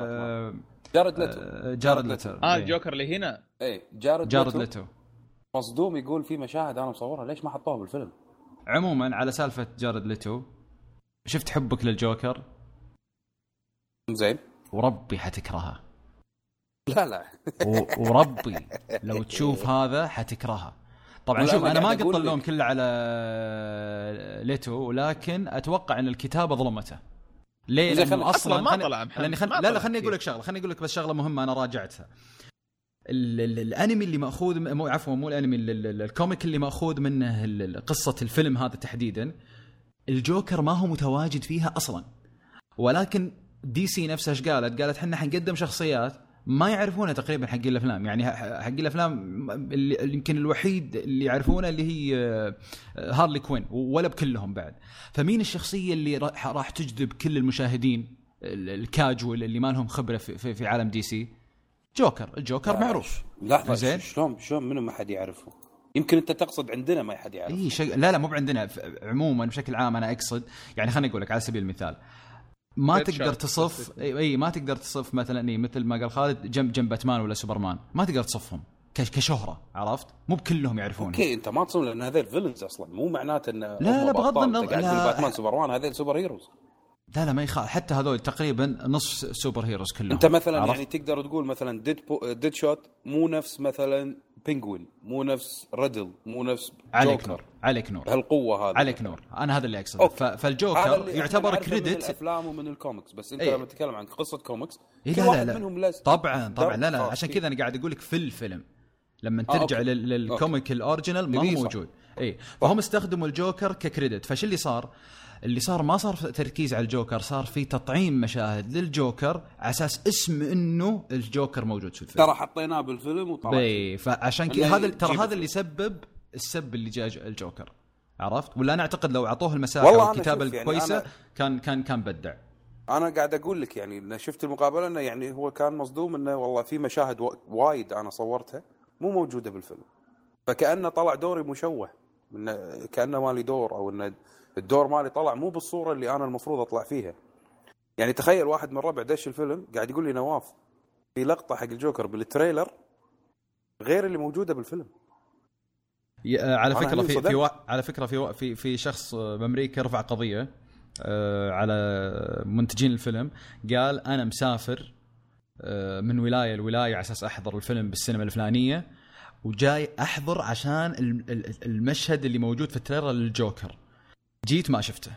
Speaker 2: جارد ليتو
Speaker 3: الجوكر اللي هنا
Speaker 1: جارد ليتو مصدوم، يقول في مشاهد انا مصورها ليش ما حطوها بالفيلم.
Speaker 2: عموما على سالفه جارد ليتو، شفت حبك للجوكر
Speaker 1: زين
Speaker 2: وربي حتكرهها.
Speaker 1: لا
Speaker 2: وربي لو تشوف هذا حتكرهها. طبعا شوف انا ما قلت اللوم كله على ليتو، ولكن اتوقع ان الكتابه ظلمته. ليه؟ لانه اصلا
Speaker 3: ما طلع
Speaker 2: لا خليني اقول لك شغله، خليني اقول لك بس شغله مهمه انا راجعتها. الانمي اللي ماخوذ مو الانمي الكوميك اللي ماخوذ منه قصه الفيلم هذا تحديدا، الجوكر ما هو متواجد فيها اصلا. ولكن دي سي نفسها ايش قالت احنا حنقدم شخصيات ما يعرفونها تقريبا حق الافلام، يعني حق الافلام اللي يمكن الوحيد اللي يعرفونه اللي هي هارلي كوين، ولا بكلهم بعد. فمين الشخصيه اللي راح تجذب كل المشاهدين الكاجوال اللي ما لهم خبره في عالم دي سي؟ الجوكر معروف.
Speaker 1: لحظه شلون منو ما حد يعرفه؟ يمكن انت تقصد عندنا ما حد يعرفه.
Speaker 2: اي شيء لا مو عندنا، عموما بشكل عام انا اقصد يعني خليني اقول لك على سبيل المثال ما تقدر تصف ما تقدر تصف مثلا مثل ما قال خالد جنب باتمان ولا سوبرمان، ما تقدر تصفهم كشهرة، عرفت؟ مو بكلهم يعرفونه.
Speaker 1: اوكي انت ما تصوم لان هذول فيلنز اصلا، مو معناته ان
Speaker 2: لا بغض النظر
Speaker 1: باتمان سوبرمان هذول سوبر هيروز.
Speaker 2: لا ما يخالف، حتى هذول تقريبا نص سوبر هيروز كلهم.
Speaker 1: انت مثلا يعني تقدر تقول مثلا ديد شوت مو نفس مثلا بينغوين، مو نفس ريدل، مو نفس جوكر.
Speaker 2: عليك نور
Speaker 1: هالقوه هذه
Speaker 2: عليك نور، انا هذا اللي اقصده. فالجوكر يعتبر كريدت
Speaker 1: من الافلام ومن الكوميكس، بس انت لما تتكلم عن قصه كوميكس
Speaker 2: لا منهم طبعا لا عشان كذا انا قاعد اقول لك في الفيلم لما ترجع للكوميك الاوريجينال ما هو موجود. فهم استخدموا الجوكر ككريدت. فش اللي صار ما صار تركيز على الجوكر، صار في تطعيم مشاهد للجوكر على اساس اسم انه الجوكر موجود في الفيلم.
Speaker 1: ترى حطيناه بالفيلم وطلع.
Speaker 2: فعشان كذا هذا اللي سبب السب اللي جاء الجوكر، عرفت؟ ولا انا اعتقد لو اعطوه المساحه والكتابه الكويسه يعني كان بدع.
Speaker 1: انا قاعد اقول لك يعني انا شفت المقابله انه يعني هو كان مصدوم انه والله في مشاهد وايد انا صورتها مو موجوده بالفيلم، فكأنه طلع دوري مشوه، كأنه مالي دور، او ان الدور مالي طلع مو بالصوره اللي انا المفروض اطلع فيها. يعني تخيل واحد من ربع دش الفيلم قاعد يقول لي نواف في لقطه حق الجوكر بالتريلر غير اللي موجوده بالفيلم.
Speaker 2: على فكره في شخص بامريكا رفع قضيه على منتجين الفيلم، قال انا مسافر من ولايه لولايه على اساس احضر الفيلم بالسينما الفلانيه، وجاي احضر عشان المشهد اللي موجود في التريلر للجوكر، جيت ما شفته.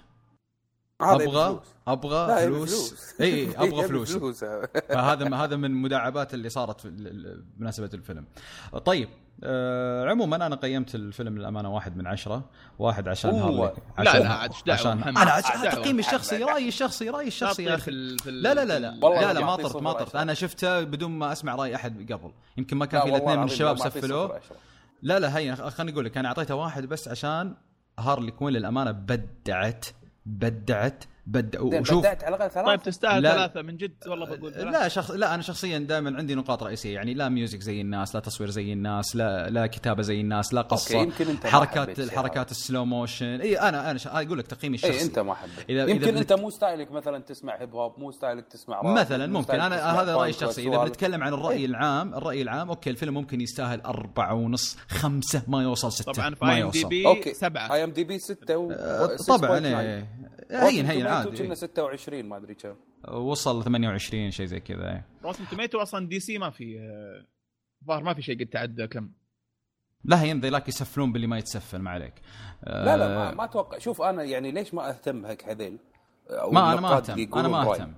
Speaker 2: ابغى فلوس. ابغى فلوس. فهذا من مداعبات اللي صارت بمناسبه الفيلم. طيب عموما انا قيمت الفيلم للامانه 1 من 10. 1 عشان هذا عشان انا تقييمي الشخصي، رايي الشخصي يا اخي. لا ما طرت انا شفته بدون ما اسمع راي احد قبل. يمكن ما كان في الاثنين من الشباب سفلوه. لا هي خليني اقول لك انا اعطيته 1 بس عشان هارلي كوين للامانه بدعت وشوف
Speaker 1: بدأت على الأقل 3.
Speaker 3: طيب تستاهل 3 من جد والله بقول 3.
Speaker 2: لا انا شخصيا دائما عندي نقاط رئيسيه، يعني لا ميوزك زي الناس، لا تصوير زي الناس، لا كتابه زي الناس، لا قصه، الحركات السلو موشن. اي انا اقول لك تقييمي الشخصي.
Speaker 1: اي انت ما حبيت. يمكن انت مو ستايلك مثلا تسمع هيب هوب، مو ستايلك تسمع راب
Speaker 2: مثلا، ممكن انا هذا رايي الشخصي. اذا بنتكلم عن الراي العام اوكي الفيلم ممكن يستاهل 4.5 5 ما يوصل 6.
Speaker 3: طبعا في اي ام دي بي 7،
Speaker 1: اي ام دي بي 6
Speaker 2: طبعا هين عادي
Speaker 1: كنا 26 ما ادري كم
Speaker 2: وصل 28 شيء زي كذا.
Speaker 3: روتن توميتو اصلا دي سي ما في ظاهر ما في شيء قد تعدى كم.
Speaker 2: لا هين ذيلاك يسفلون باللي ما يتسفل ما عليك.
Speaker 1: لا ما اتوقع. شوف انا يعني ليش ما اهتم هيك هذيل،
Speaker 2: انا ما اهتم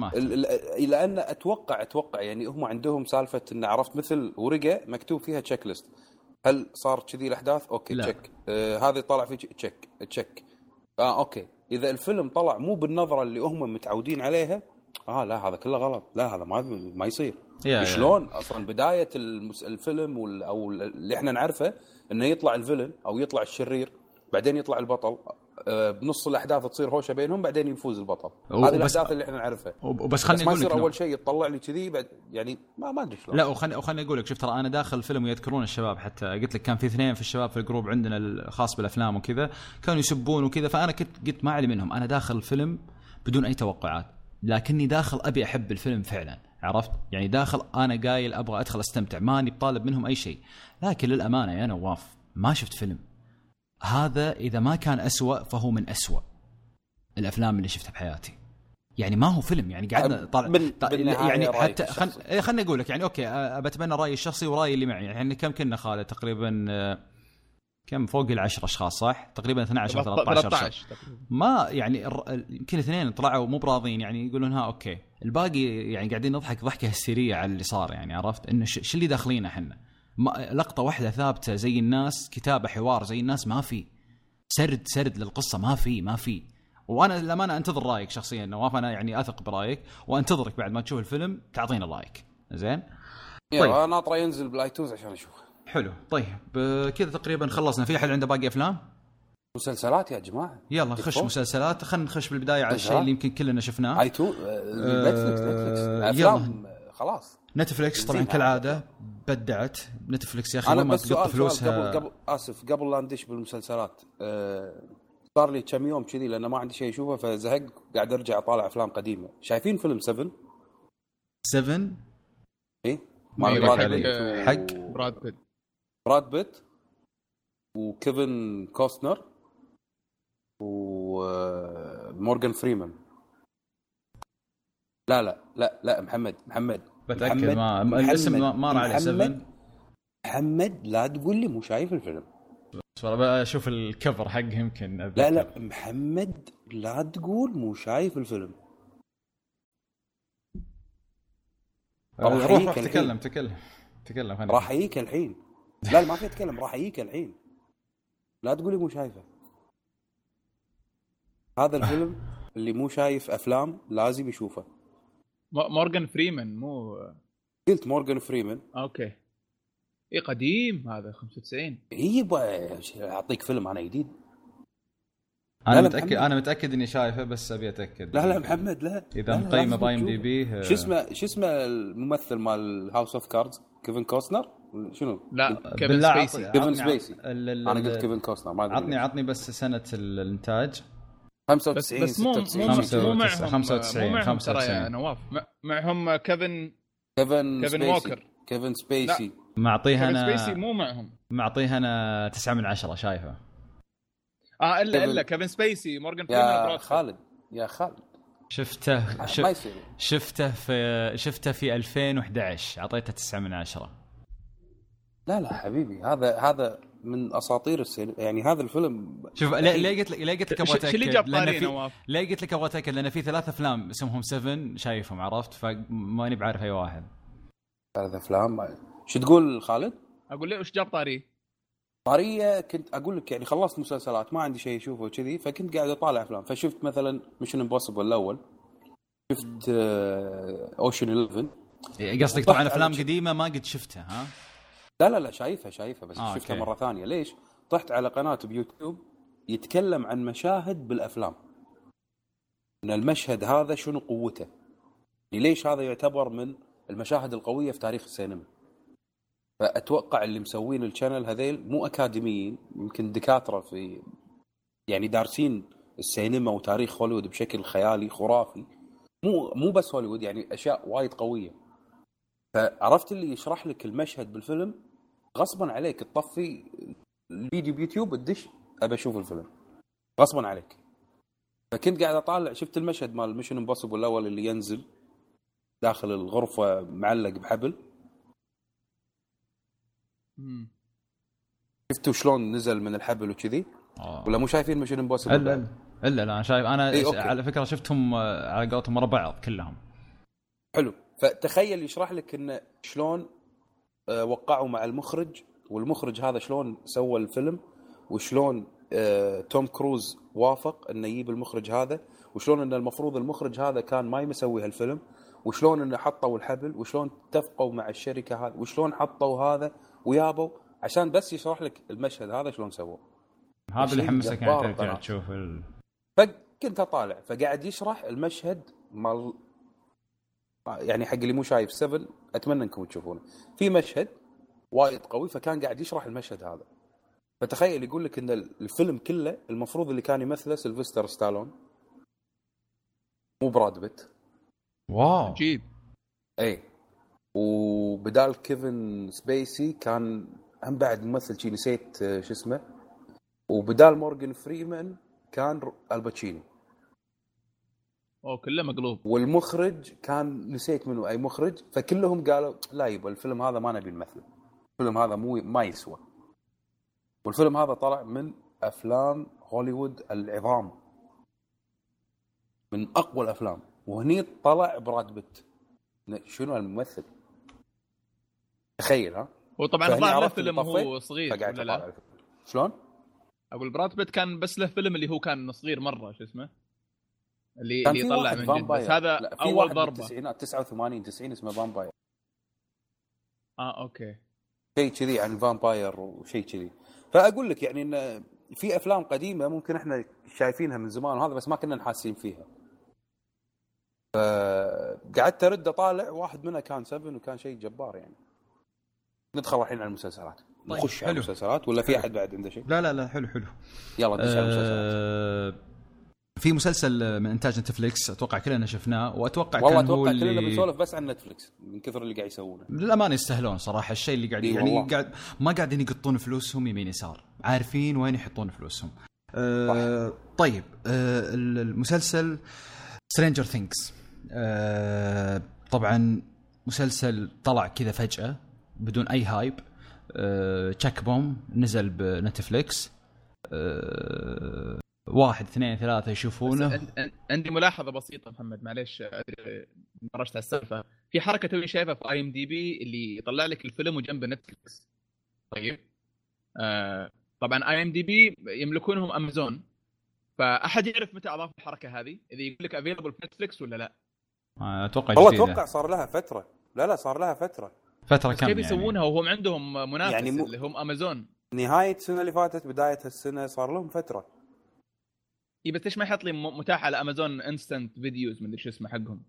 Speaker 1: لان اتوقع يعني هم عندهم سالفه ان عرفت مثل ورقه مكتوب فيها تشيك ليست، هل صار كذي الاحداث اوكي تشيك، هذه طلع فيه تشيك اوكي. اذا الفيلم طلع مو بالنظره اللي هم متعودين عليها لا هذا كله غلط، لا هذا ما يصير. شلون اصلا بدايه الفيلم او اللي احنا نعرفه انه يطلع الفيلن او يطلع الشرير، بعدين يطلع البطل، بنص الاحداث تصير هوشه بينهم، بعدين يفوز البطل. هذه الاحداث اللي احنا نعرفها.
Speaker 2: بس خليني اقول لك
Speaker 1: اول شيء يطلع لي كذي يعني ما ادري شلون.
Speaker 2: لا وخليني اقول لك، شوف ترى انا داخل الفيلم ويذكرون الشباب، حتى قلت لك كان في 2 في الشباب في الجروب عندنا الخاص بالافلام وكذا كانوا يسبون وكذا، فانا قلت ما علي منهم، انا داخل الفيلم بدون اي توقعات، لكني داخل ابي احب الفيلم فعلا، عرفت يعني داخل انا قايل ابغى ادخل استمتع، ماني بطالب منهم اي شيء. لكن للامانه يا نواف ما شفت فيلم هذا اذا ما كان أسوأ فهو من أسوأ الافلام اللي شفتها بحياتي. يعني ما هو فيلم، يعني قعدنا يعني حتى خلني اقول لك يعني اوكي بتبنى رايي الشخصي ورايي اللي معي. يعني كم كنا خالد؟ تقريبا كم فوق 10 اشخاص صح؟ تقريبا 12 او 13 ما يعني يمكن 2 طلعوا مو براضين، يعني يقولون اوكي، الباقي يعني قاعدين نضحك ضحكه هستيريه على اللي صار. يعني عرفت انه شو اللي داخلين احنا؟ لقطه واحده ثابته زي الناس، كتابه حوار زي الناس، ما في سرد للقصه، ما في. وانا لما انا انتظر رايك شخصيا نواف، انا يعني اثق برايك وانتظرك بعد ما تشوف الفيلم تعطينا رايك. زين
Speaker 1: طيب انا اطرى ينزل بالايتونز عشان اشوفه.
Speaker 2: حلو طيب كذا تقريبا خلصنا. في احد عنده باقي افلام
Speaker 1: مسلسلات يا جماعه؟
Speaker 2: يلا نخش مسلسلات. خلينا نخش بالبدايه على الشيء اللي يمكن كلنا شفناه.
Speaker 1: نتفلكس افلام خلاص.
Speaker 2: نتفلكس طبعا كالعاده بدعت نتفلكس يا اخي ما تقط فلوسها.
Speaker 1: قبل لا ندش بالمسلسلات، صار لي كم يوم كذي لأن ما عندي شيء أشوفه فزهق، قاعد أرجع أطالع أفلام قديمة. شايفين فيلم 7 إيه
Speaker 3: حق
Speaker 1: براد بيت وكيفن كوستنر ومورغان فريمان. لا محمد
Speaker 2: بتأكد ما الاسم ما راح عليه 7.
Speaker 1: محمد لا تقول لي مو شايف الفيلم،
Speaker 2: بقى اشوف الكفر حقه يمكن
Speaker 1: أتذكر. لا محمد لا تقول مو شايف الفيلم.
Speaker 2: روح تكلم
Speaker 1: راح يجيك الحين. لا ما في اتكلم، راح يجيك الحين. لا تقولي مو شايفه. هذا الفيلم اللي مو شايف افلام لازم يشوفه.
Speaker 3: مورغان فريمان مو
Speaker 1: قلت مورغان فريمان
Speaker 3: اوكي. ايه قديم هذا 95.
Speaker 1: اعطيك فيلم انا جديد.
Speaker 2: انا متاكد اني شايفه بس ابي اتاكد.
Speaker 1: لا محمد لا
Speaker 2: اذا مقيمه باي ام دي بي.
Speaker 1: شو اسمه الممثل مال هاوس اوف كاردز؟ كيفن كوستنر شنو؟
Speaker 3: لا كيفن سبيسي.
Speaker 1: انا قلت كيفن كوستنر ما ادري.
Speaker 2: عطني بس سنه الانتاج
Speaker 1: 95
Speaker 3: بس مو معهم 95 يا نواف. معهم كيفن ووكر.
Speaker 1: كيفن سبيسي
Speaker 2: معطيها انا
Speaker 3: سبيسي مو معهم.
Speaker 2: معطيها انا 9 من 10 شايفه.
Speaker 3: الا كيفن سبيسي مورغان فريمان
Speaker 1: يا خالد
Speaker 2: شفته في 2011 اعطيته 9 من 10.
Speaker 1: لا حبيبي هذا من اساطير السينما. يعني هذا الفيلم
Speaker 2: شوف ليه قلت لك ابغى اتاكد. ليه قلت لك ابغى اتاكد لان في 3 افلام اسمهم 7 شايفهم عرفت، فماني بعرف اي واحد.
Speaker 1: 3 افلام شو تقول خالد؟
Speaker 3: اقول ليه وش جاب
Speaker 1: طاريه كنت اقول لك يعني خلصت مسلسلات ما عندي شيء اشوفه كذي، فكنت قاعد اطالع افلام. فشفت مثلا ميشن امبوسيبل الاول، شفت اوشن 11.
Speaker 2: قصدك طبعا افلام قديمه ما قد شفتها ها؟
Speaker 1: لا شايفها بس شفتها أوكي. مره ثانيه. ليش؟ طحت على قناه بيوتيوب يتكلم عن مشاهد بالافلام. ان المشهد هذا شنو قوته، ليش هذا يعتبر من المشاهد القوية في تاريخ السينما. فأتوقع اللي مسوين الشانل هذيل مو أكاديميين، يمكن دكاترة في يعني دارسين السينما وتاريخ هوليوود بشكل خيالي خرافي، مو بس هوليوود، يعني أشياء وايد قوية. فعرفت اللي يشرح لك المشهد بالفيلم غصبا عليك تطفي الفيديو بيوتيوب تدش أبى أشوف الفيلم غصبا عليك. فكنت قاعد أطالع، شفت المشهد مال ميشن امبوسيبل الأول اللي ينزل داخل الغرفة معلق بحبل. شفتوا شلون نزل من الحبل وكذي؟ ولا مو شايفين ميشن امبوسيبل؟
Speaker 2: لا انا شايف. انا على فكرة شفتهم على قولتهم ورا بعض كلهم.
Speaker 1: حلو. فتخيل يشرح لك إن شلون وقعوا مع المخرج، والمخرج هذا شلون سوى الفيلم، وشلون توم كروز وافق انه يجيب المخرج هذا، وشلون ان المفروض المخرج هذا كان ما يسوي هالفيلم، وشلون انه حطوا الحبل، وشلون اتفقوا مع الشركة هذه، وشلون حطوا هذا ويابوا عشان بس يشرح لك المشهد هذا شلون سووه.
Speaker 2: هذا اللي حمسك يعني ترجع تشوف
Speaker 1: فكنت اطالع فقاعد يشرح المشهد مال، يعني حق اللي مو شايف 7 اتمنى انكم تشوفونه، في مشهد وايد قوي فكان قاعد يشرح المشهد هذا. فتخيل يقول لك ان الفيلم كله المفروض اللي كان يمثله سيلفستر ستالون مو براد بيت.
Speaker 2: واو
Speaker 3: عجيب.
Speaker 1: اي وبدال كيفن سبيسي كان هم بعد ممثل شي نسيت شو اسمه، وبدال مورغان فريمان كان الباتشينو.
Speaker 3: كله مقلوب.
Speaker 1: والمخرج كان نسيت منه اي مخرج. فكلهم قالوا لا يبا الفيلم هذا ما نبي نمثله، الفيلم هذا ما يسوى. والفيلم هذا طلع من افلام هوليوود العظام، من اقوى الافلام، وهني طلع براد بيت. شنو الممثل؟ تخيل. ها
Speaker 3: وطبعا ظهر له فيلم وهو صغير ولا لا؟
Speaker 1: شلون
Speaker 3: ابو البراد بيت كان بس له فيلم اللي هو كان صغير مره، شو اسمه اللي طلع من جد، بس هذا اول ضربه
Speaker 1: 89 90 اسمه فامباير.
Speaker 3: اوكي
Speaker 1: شيء كذي عن فامباير وشيء كذي. فاقول لك يعني ان في افلام قديمه ممكن احنا شايفينها من زمان وهذا بس ما كنا نحاسين فيها. فقعدت ارد اطالع، واحد منها كان 7 وكان شيء جبار. يعني ندخل الحين على المسلسلات. نخش على المسلسلات ولا في احد بعد عنده شيء؟
Speaker 2: لا حلو
Speaker 1: يلا ندش على المسلسلات.
Speaker 2: في مسلسل من انتاج نتفليكس اتوقع كلنا شفناه، واتوقع
Speaker 1: والله
Speaker 2: كان
Speaker 1: اتوقع كلنا بنسولف بس عن نتفليكس من كثر اللي قاعد يسوونه.
Speaker 2: للامانه يستاهلون صراحه الشيء اللي قاعد يعني ما قاعدين يقطون فلوسهم يمين يسار، عارفين وين يحطون فلوسهم. طيب المسلسل سترينجر ثينكس طبعا مسلسل طلع كذا فجأة بدون اي هايب. تشيك بوم نزل بنتفليكس. 1 2 3 يشوفونه.
Speaker 3: عندي ملاحظة بسيطة محمد، معليش مرشت على السالفة. في حركة توي شايفها في IMDb اللي يطلع لك الفيلم وجنب نتفليكس. طيب طبعا IMDb يملكونهم أمازون، فأحد يعرف متى أضاف الحركة هذه؟ إذا يقول لك available في نتفليكس ولا لا؟
Speaker 2: أتوقع
Speaker 1: والله أتوقع صار لها فترة. لا صار لها فترة
Speaker 2: كم
Speaker 3: كيف يسوونها وهم عندهم منافس يعني اللي هم أمازون؟
Speaker 1: نهاية السنة اللي فاتت بداية السنة صار لهم فترة.
Speaker 3: بس ليش ما يحط لي متاح على أمازون انستنت فيديوز من شو اسمه حقهم؟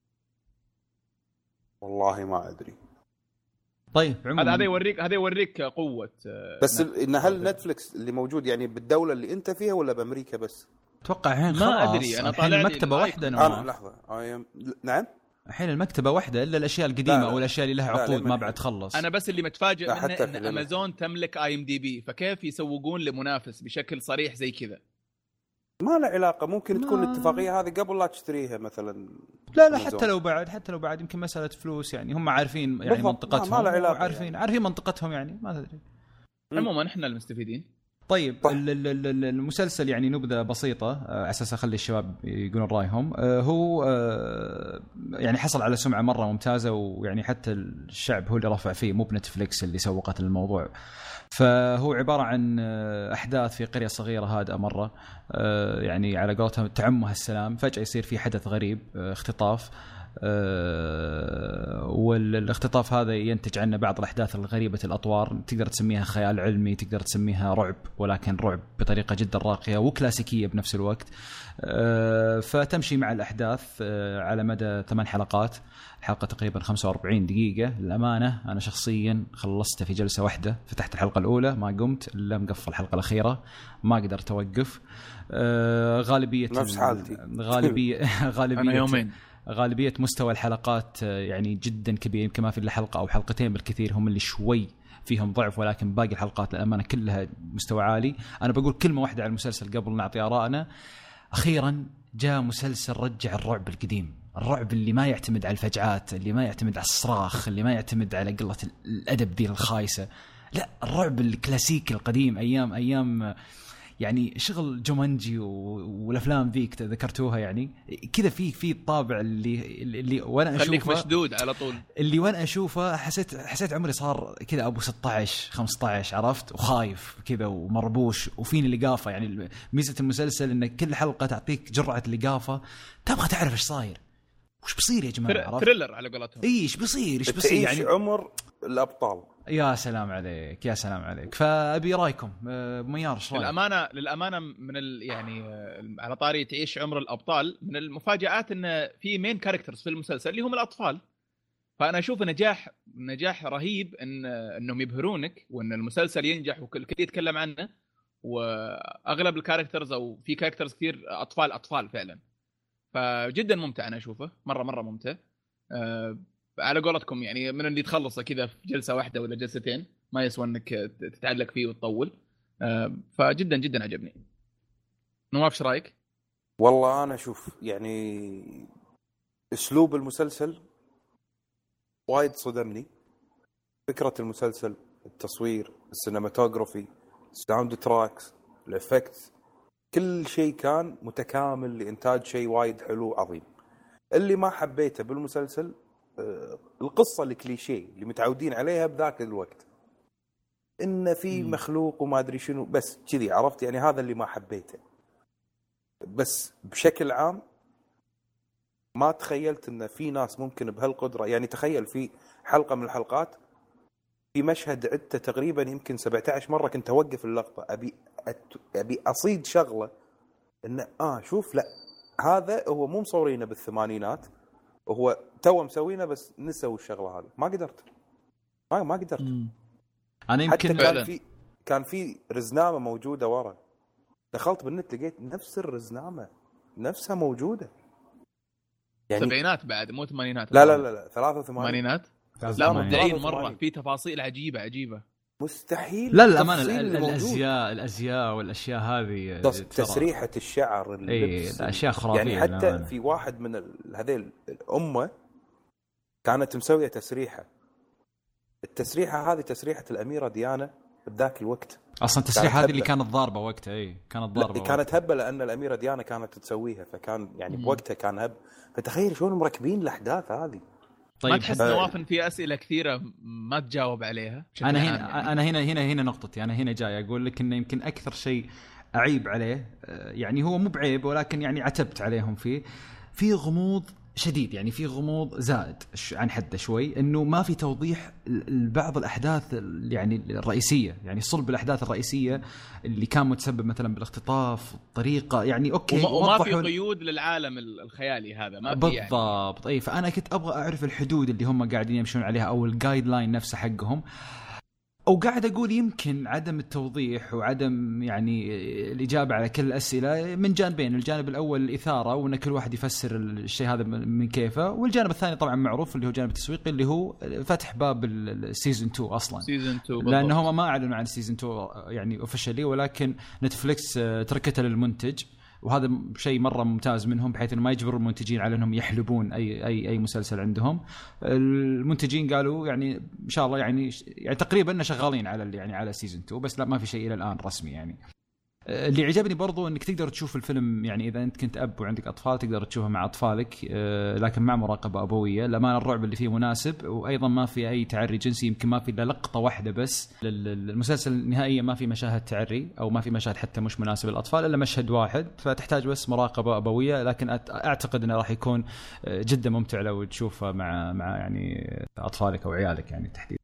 Speaker 1: والله ما أدري.
Speaker 2: طيب
Speaker 3: هذا يوريك قوة.
Speaker 1: بس إن هل نتفليكس اللي موجود يعني بالدولة اللي أنت فيها ولا بأمريكا بس؟
Speaker 2: أتوقع الحين
Speaker 3: ما أدري. أنا طالع
Speaker 2: المكتبة واحدة.
Speaker 1: لحظة نعم
Speaker 2: الحين المكتبة واحدة إلا الأشياء القديمة أو الأشياء اللي لها عقود ما بعد تخلص.
Speaker 3: أنا بس اللي متفاجئ منه إن أمازون تملك IMDb، فكيف يسوقون لمنافس بشكل صريح زي كذا؟
Speaker 1: ما له علاقة. ممكن تكون الاتفاقية هذه قبل لا تشتريها مثلا.
Speaker 2: لا حتى لو بعد يمكن مسألة فلوس. يعني هم عارفين يعني منطقتهم.
Speaker 1: ما له علاقة.
Speaker 2: عارفين منطقتهم يعني ما تدري.
Speaker 3: عموما احنا المستفيدين.
Speaker 2: طيب المسلسل يعني نبذة بسيطة على أساس أخلي الشباب يقولون رأيهم. هو يعني حصل على سمعة مرة ممتازة، ويعني حتى الشعب هو اللي رفع فيه مو بنتفليكس اللي سوقت الموضوع. فهو عبارة عن أحداث في قرية صغيرة هادئة مرة، يعني على قولتهم تعمها السلام. فجأة يصير في حدث غريب، اختطاف. والاختطاف هذا ينتج عنه بعض الأحداث الغريبة الأطوار، تقدر تسميها خيال علمي، تقدر تسميها رعب، ولكن رعب بطريقة جدا راقية وكلاسيكية بنفس الوقت. فتمشي مع الأحداث على مدى 8 حلقات، الحلقة تقريبا 45 دقيقة. للأمانة أنا شخصيا خلصته في جلسة واحدة، فتحت الحلقة الأولى ما قمت إلا مقفل الحلقة الأخيرة، ما قدرت أوقف. غالبية
Speaker 1: نفس حالتي.
Speaker 3: أنا يومين.
Speaker 2: غالبية مستوى الحلقات يعني جدا كبير، يمكن ما في إلا حلقة أو حلقتين بالكثير هم اللي شوي فيهم ضعف، ولكن باقي الحلقات للأمانة كلها مستوى عالي. أنا بقول كلمة واحدة على المسلسل قبل نعطي آراءنا: أخيرا جاء مسلسل رجع الرعب القديم، الرعب اللي ما يعتمد على الفجعات، اللي ما يعتمد على الصراخ، اللي ما يعتمد على قلة الأدب ذي الخايسة، لا، الرعب الكلاسيكي القديم، أيام يعني شغل جومانجي والافلام ذيك ذكرتوها، يعني كذا في الطابع اللي وانا اشوفه
Speaker 3: خليك مشدود على طول،
Speaker 2: اللي وانا اشوفه حسيت عمري صار كذا ابو 16 15، عرفت، وخايف كذا ومربوش وفيني لقافه. يعني ميزه المسلسل ان كل حلقه تعطيك جرعه لقافه، تبغى تعرف ايش صاير، وش بصير يا جماعه،
Speaker 3: تريلر على قولتهم.
Speaker 2: ايش بصير
Speaker 1: يعني عمر الابطال.
Speaker 2: يا سلام عليك، يا سلام عليك. فابي رايكم ميار، ايش رايك؟
Speaker 3: للامانه من يعني على طاري تعيش عمر الابطال، من المفاجآت ان في مين كاركترز في المسلسل اللي هم الاطفال. فانا اشوف نجاح رهيب انهم يبهرونك، وان المسلسل ينجح وكل يتكلم عنه، واغلب الكاركترز او في كاركترز كثير اطفال فعلا. فجدا ممتع، انا اشوفه مره ممتع. على قولتكم يعني من اللي تخلصه كذا في جلسة واحدة ولا جلستين، ما يسوى انك تتعلق فيه وتطول. فجدا جدا عجبني. نواف ايش رايك؟
Speaker 1: والله انا اشوف يعني اسلوب المسلسل وايد صدمني. فكرة المسلسل، التصوير، السينماتوغرافي، الساوند تراكس، الافكت، كل شيء كان متكامل لإنتاج شيء وايد حلو عظيم. اللي ما حبيته بالمسلسل القصة الكليشيه اللي متعودين عليها بذاك الوقت، إن في مخلوق وما أدري شنو، بس كذي، عرفت يعني. هذا اللي ما حبيته. بس بشكل عام ما تخيلت إن في ناس ممكن بهالقدرة. يعني تخيل في حلقة من الحلقات في مشهد عدته تقريبا يمكن 17 مرة كنت أوقف اللقطة أبي أصيد شغلة إن شوف، لا هذا هو مو مصورينه بالثمانينات، وهو تو مسوينه بس نسوا الشغله هذه. ما قدرت.
Speaker 2: انا يمكن
Speaker 1: كان في رزنامه موجوده ورا، دخلت بالنت لقيت نفس الرزنامه نفسها موجوده، يعني
Speaker 3: سبعينات بعد مو ثمانينات.
Speaker 1: لا 83
Speaker 3: ثمانينات. لا مبدعين مره، في تفاصيل عجيبه
Speaker 1: مستحيل.
Speaker 2: لا الأمانة الأزياء والأشياء هذه،
Speaker 1: تسريحة الشعر، اللبس،
Speaker 2: أشياء خرافية.
Speaker 1: يعني حتى في واحد من هذيل الأمة كانت مسوية التسريحة هذه تسريحة الأميرة ديانا بذاك الوقت.
Speaker 2: أصلا التسريحة هذه اللي كانت ضاربة وقتها،
Speaker 1: كانت هبة لأن الأميرة ديانا كانت تسويها، فكان يعني بوقتها كان هب. فتخيل شلون مركبين الأحداث هذه.
Speaker 3: طيب ما تحس نواف في أسئلة كثيرة ما تجاوب عليها؟
Speaker 2: أنا هنا نقطتي. أنا هنا جاي أقول لك إنه يمكن أكثر شيء أعيب عليه، يعني هو مو بعيب ولكن يعني عتبت عليهم في غموض شديد، يعني في غموض زائد عن حده شوي، انه ما في توضيح بعض الاحداث يعني الرئيسيه، يعني صلب الاحداث الرئيسيه اللي كان متسبب مثلا بالاختطاف، طريقه يعني اوكي،
Speaker 3: وما في قيود للعالم الخيالي هذا، ما في
Speaker 2: بالضبط. يعني. فانا كنت ابغى اعرف الحدود اللي هم قاعدين يمشون عليها او الجايد لاين نفسه حقهم، أو قاعد أقول يمكن عدم التوضيح وعدم يعني الإجابة على كل الأسئلة من جانبين. الجانب الأول الإثارة، وأن كل واحد يفسر الشيء هذا من كيفه، والجانب الثاني طبعا معروف اللي هو جانب التسويقي، اللي هو فتح باب السيزن 2 أصلا، لأنهم ما أعلنوا عن السيزن 2 يعني أوفيشالي، ولكن نتفليكس تركته للمنتج، وهذا شيء مرة ممتاز منهم، بحيث انه ما يجبروا المنتجين على انهم يحلبون اي مسلسل عندهم. المنتجين قالوا يعني ان شاء الله يعني تقريبا شغالين على يعني على سيزون 2، بس لا ما في شيء الى الان رسمي يعني. اللي عجبني برضو انك تقدر تشوف الفيلم، يعني اذا انت كنت اب وعندك اطفال تقدر تشوفه مع اطفالك، لكن مع مراقبه ابويه. لما الرعب اللي فيه مناسب، وايضا ما في اي تعري جنسي، يمكن ما في الا لقطه واحده بس. المسلسل نهائيا ما في مشاهد تعري او ما في مشاهد حتى مش مناسبه للاطفال الا مشهد واحد، فتحتاج بس مراقبه ابويه. لكن اعتقد انه راح يكون جدا ممتع لو تشوفه مع يعني اطفالك او عيالك يعني تحديدا.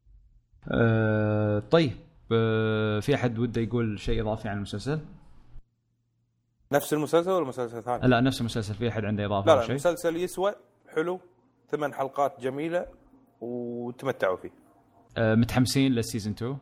Speaker 2: طيب في أحد وده يقول شيء إضافي عن المسلسل؟
Speaker 1: نفس المسلسل ولا مسلسل ثاني؟
Speaker 2: لا نفس المسلسل. في أحد عنده إضافة؟
Speaker 1: لا المسلسل يسوى، حلو، 8 حلقات جميلة وتمتعوا فيه.
Speaker 2: متحمسين للسيزن 2؟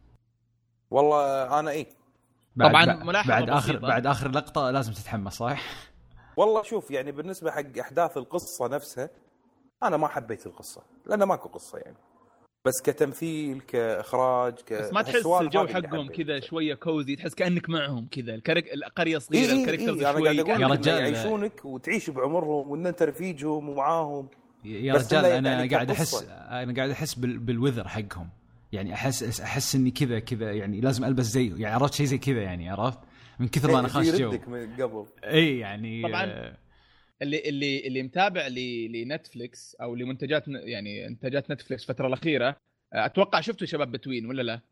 Speaker 1: والله أنا إيه
Speaker 3: طبعا ملاحظة
Speaker 2: بعد آخر لقطة لازم تتحمس صح؟
Speaker 1: والله شوف يعني بالنسبة حق أحداث القصة نفسها أنا ما حبيت القصة لأنه ماكو قصة يعني، بس كتمثيل كإخراج
Speaker 3: بس ما تحس الجو حقهم كذا شوية كوزي، تحس كأنك معهم كذا القرية صغيرة الكاركترز شوي
Speaker 1: يا رجال يعيشونك وتعيش بعمرهم وإن أنت رفيجهم ومعاهم.
Speaker 2: يا رجال أنا قاعد أحس بالوذر حقهم، يعني أحس إني كذا يعني لازم ألبس زيه، يعني عرفت شيء زي كذا يعني، عرفت من كثر ما أنا خاش جو
Speaker 1: من قبل.
Speaker 2: يعني
Speaker 3: طبعا اللي متابع لنتفليكس او لمنتجات يعني انتاجات نتفليكس الفتره الاخيره، اتوقع شفتوا شباب بتوين ولا لا؟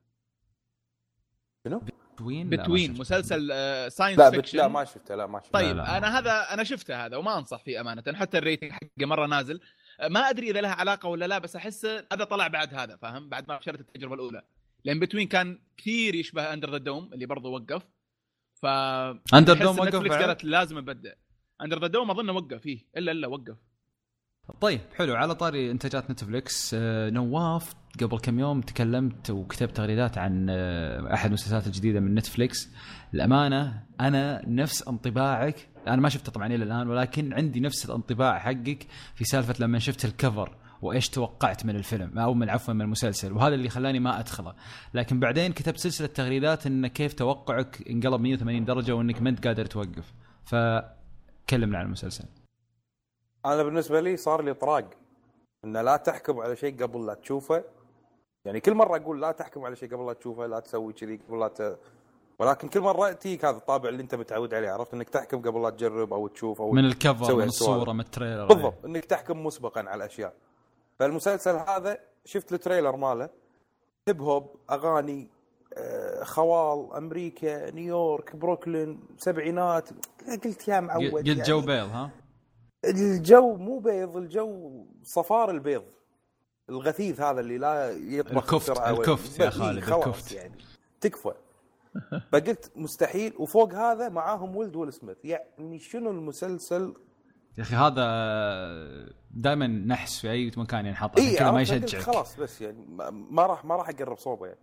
Speaker 1: شنو
Speaker 3: بتوين مسلسل ساينس فيكشن.
Speaker 1: لا ما شفته.
Speaker 3: طيب
Speaker 2: لا.
Speaker 3: انا شفته هذا وما انصح فيه امانه، حتى الريتنج حقه مره نازل. ما ادري اذا لها علاقه ولا لا، بس احس هذا طلع بعد هذا، فاهم، بعد ما فشلت التجربه الاولى، لان بتوين كان كثير يشبه اندر ذا دوم اللي برضه وقف. ف
Speaker 2: اندر دوم وقف،
Speaker 3: نتفليكس قالت لازم ابدا. اندر ذا دوم اظن وقف فيه الا وقف.
Speaker 2: طيب حلو. على طاري انتاجات نتفليكس، نواف قبل كم يوم تكلمت وكتبت تغريدات عن احد المسلسلات الجديده من نتفليكس. الامانه انا نفس انطباعك، انا ما شفته طبعا الى الان، ولكن عندي نفس الانطباع حقك في سالفه لما شفت الكفر وايش توقعت من الفيلم او من من المسلسل، وهذا اللي خلاني ما ادخله. لكن بعدين كتبت سلسله تغريدات ان كيف توقعك انقلب 180 درجه وانك ما انت قادر توقف. فكلمنا عن المسلسل.
Speaker 1: انا بالنسبه لي صار لي طراق ان لا تحكم على شيء قبل لا تشوفه، يعني كل مره اقول لا تحكم على شيء قبل لا تشوفه، لا تسوي كذي قبل لا ولكن كل مره تجيك هذا الطابع اللي انت متعود عليه، عرفت، انك تحكم قبل لا تجرب او تشوف او
Speaker 2: من الكفر من الصوره من التريلر
Speaker 1: بالضبط، انك تحكم مسبقا على الاشياء. فالمسلسل هذا شفت التريلر ماله، هيب هوب، اغاني، خوال، امريكا، نيويورك، بروكلين، سبعينات، قلت يا معود
Speaker 2: قلت يعني جو بيض. ها
Speaker 1: الجو مو بيض، الجو صفار البيض الغثيث هذا اللي لا يطبخ بسرعه.
Speaker 2: الكفت يا خالد الكفت
Speaker 1: يعني تكفى. فقلت مستحيل، وفوق هذا معاهم ولد ويل سميث، يعني شنو المسلسل
Speaker 2: يا اخي هذا دائما نحس في اي مكان ينحط كذا ما يشجعك
Speaker 1: خلاص، بس يعني ما راح اقرب صوبه يعني.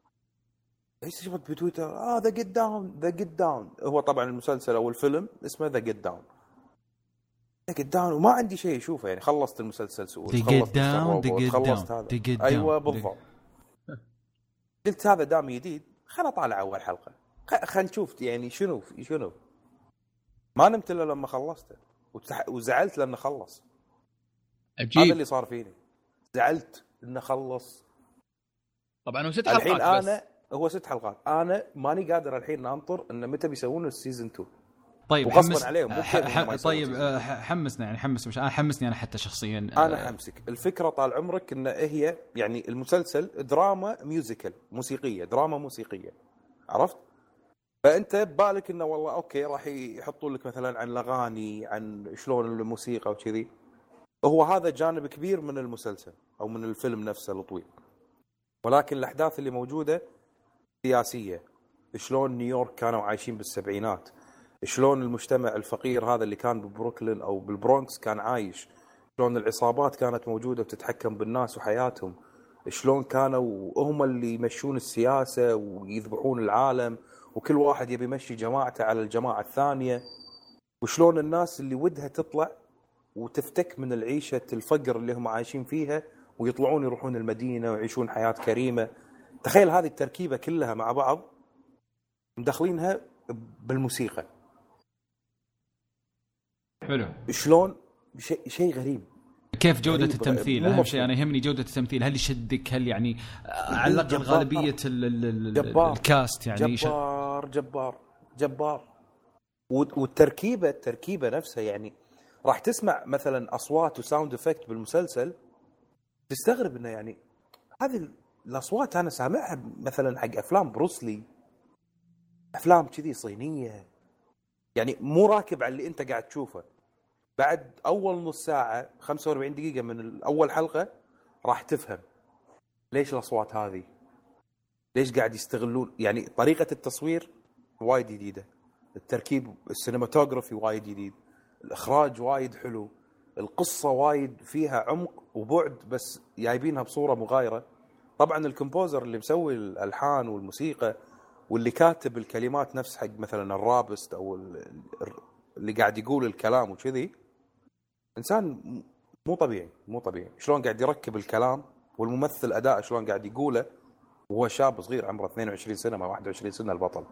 Speaker 1: ايش شفت بتويتر ذا جيت داون هو طبعا المسلسل او الفيلم اسمه ذا جيت داون وما عندي شيء اشوفه يعني. خلصت المسلسل خلصت هذا ايوه بالضبط. قلت هذا دام جديد خلنا طالع اول حلقه، خلنا نشوف يعني شنو. ما نمت الا لما خلصته وزعلت لانه خلص.
Speaker 3: عجيب.
Speaker 1: هذا اللي صار فيني، زعلت انه خلص.
Speaker 3: طبعا هو 6 حلقات
Speaker 1: الحين
Speaker 3: بس.
Speaker 1: هو 6 حلقات، انا ماني قادر الحين انطر انه متى بيسوون السيزون 2.
Speaker 2: طيب
Speaker 1: وغصبا عليهم
Speaker 2: طيب حمسنا يعني مش انا حمسني انا حتى شخصيا.
Speaker 1: انا حمسك. الفكره طال عمرك ان هي يعني المسلسل دراما ميوزيكال، موسيقيه، دراما موسيقيه، عرفت؟ فانت ببالك انه والله اوكي راح يحطوا لك مثلا عن الاغاني، عن شلون الموسيقى وكذي. هو هذا جانب كبير من المسلسل او من الفيلم نفسه الطويل، ولكن الاحداث اللي موجوده سياسيه، شلون نيويورك كانوا عايشين بالسبعينات، شلون المجتمع الفقير هذا اللي كان ببروكلين او بالبرونكس كان عايش، شلون العصابات كانت موجوده وتتحكم بالناس وحياتهم، شلون كانوا هم اللي يمشون السياسه ويذبحون العالم وكل واحد يبي يمشي جماعته على الجماعه الثانيه، وشلون الناس اللي ودها تطلع وتفتك من العيشه الفقر اللي هم عايشين فيها ويطلعون يروحون المدينه ويعيشون حياه كريمه. تخيل هذه التركيبه كلها مع بعض مدخلينها بالموسيقى.
Speaker 2: حلو.
Speaker 1: شلون شيء غريب.
Speaker 2: كيف جودة التمثيل؟ أهم شيء أنا يهمني جودة التمثيل. هل يشدك؟ هل يعني على الأقل غالبية الكاست يعني
Speaker 1: جبار جبار. والتركيبه نفسها يعني راح تسمع مثلا اصوات وساوند افكت بالمسلسل تستغرب انه يعني هذه الاصوات انا سامعها مثلا حق افلام بروسلي، افلام كذي صينيه، يعني مو راكب على اللي انت قاعد تشوفه. بعد اول نص ساعه 45 دقيقه من اول حلقه راح تفهم ليش الاصوات هذه، ليش قاعد يستغلون يعني طريقه التصوير وايد جديده، التركيب السينماتوغرافي وايد جديد، الاخراج وايد حلو، القصه وايد فيها عمق وبعد بس جايبينها بصوره مغايره. طبعا الكومبوزر اللي مسوي الالحان والموسيقى واللي كاتب الكلمات نفس حق مثلا الرابست او اللي قاعد يقول الكلام وكذي، انسان مو طبيعي شلون قاعد يركب الكلام، والممثل اداء شلون قاعد يقوله وهو شاب صغير عمره 22 سنه ما 21 سنه البطل.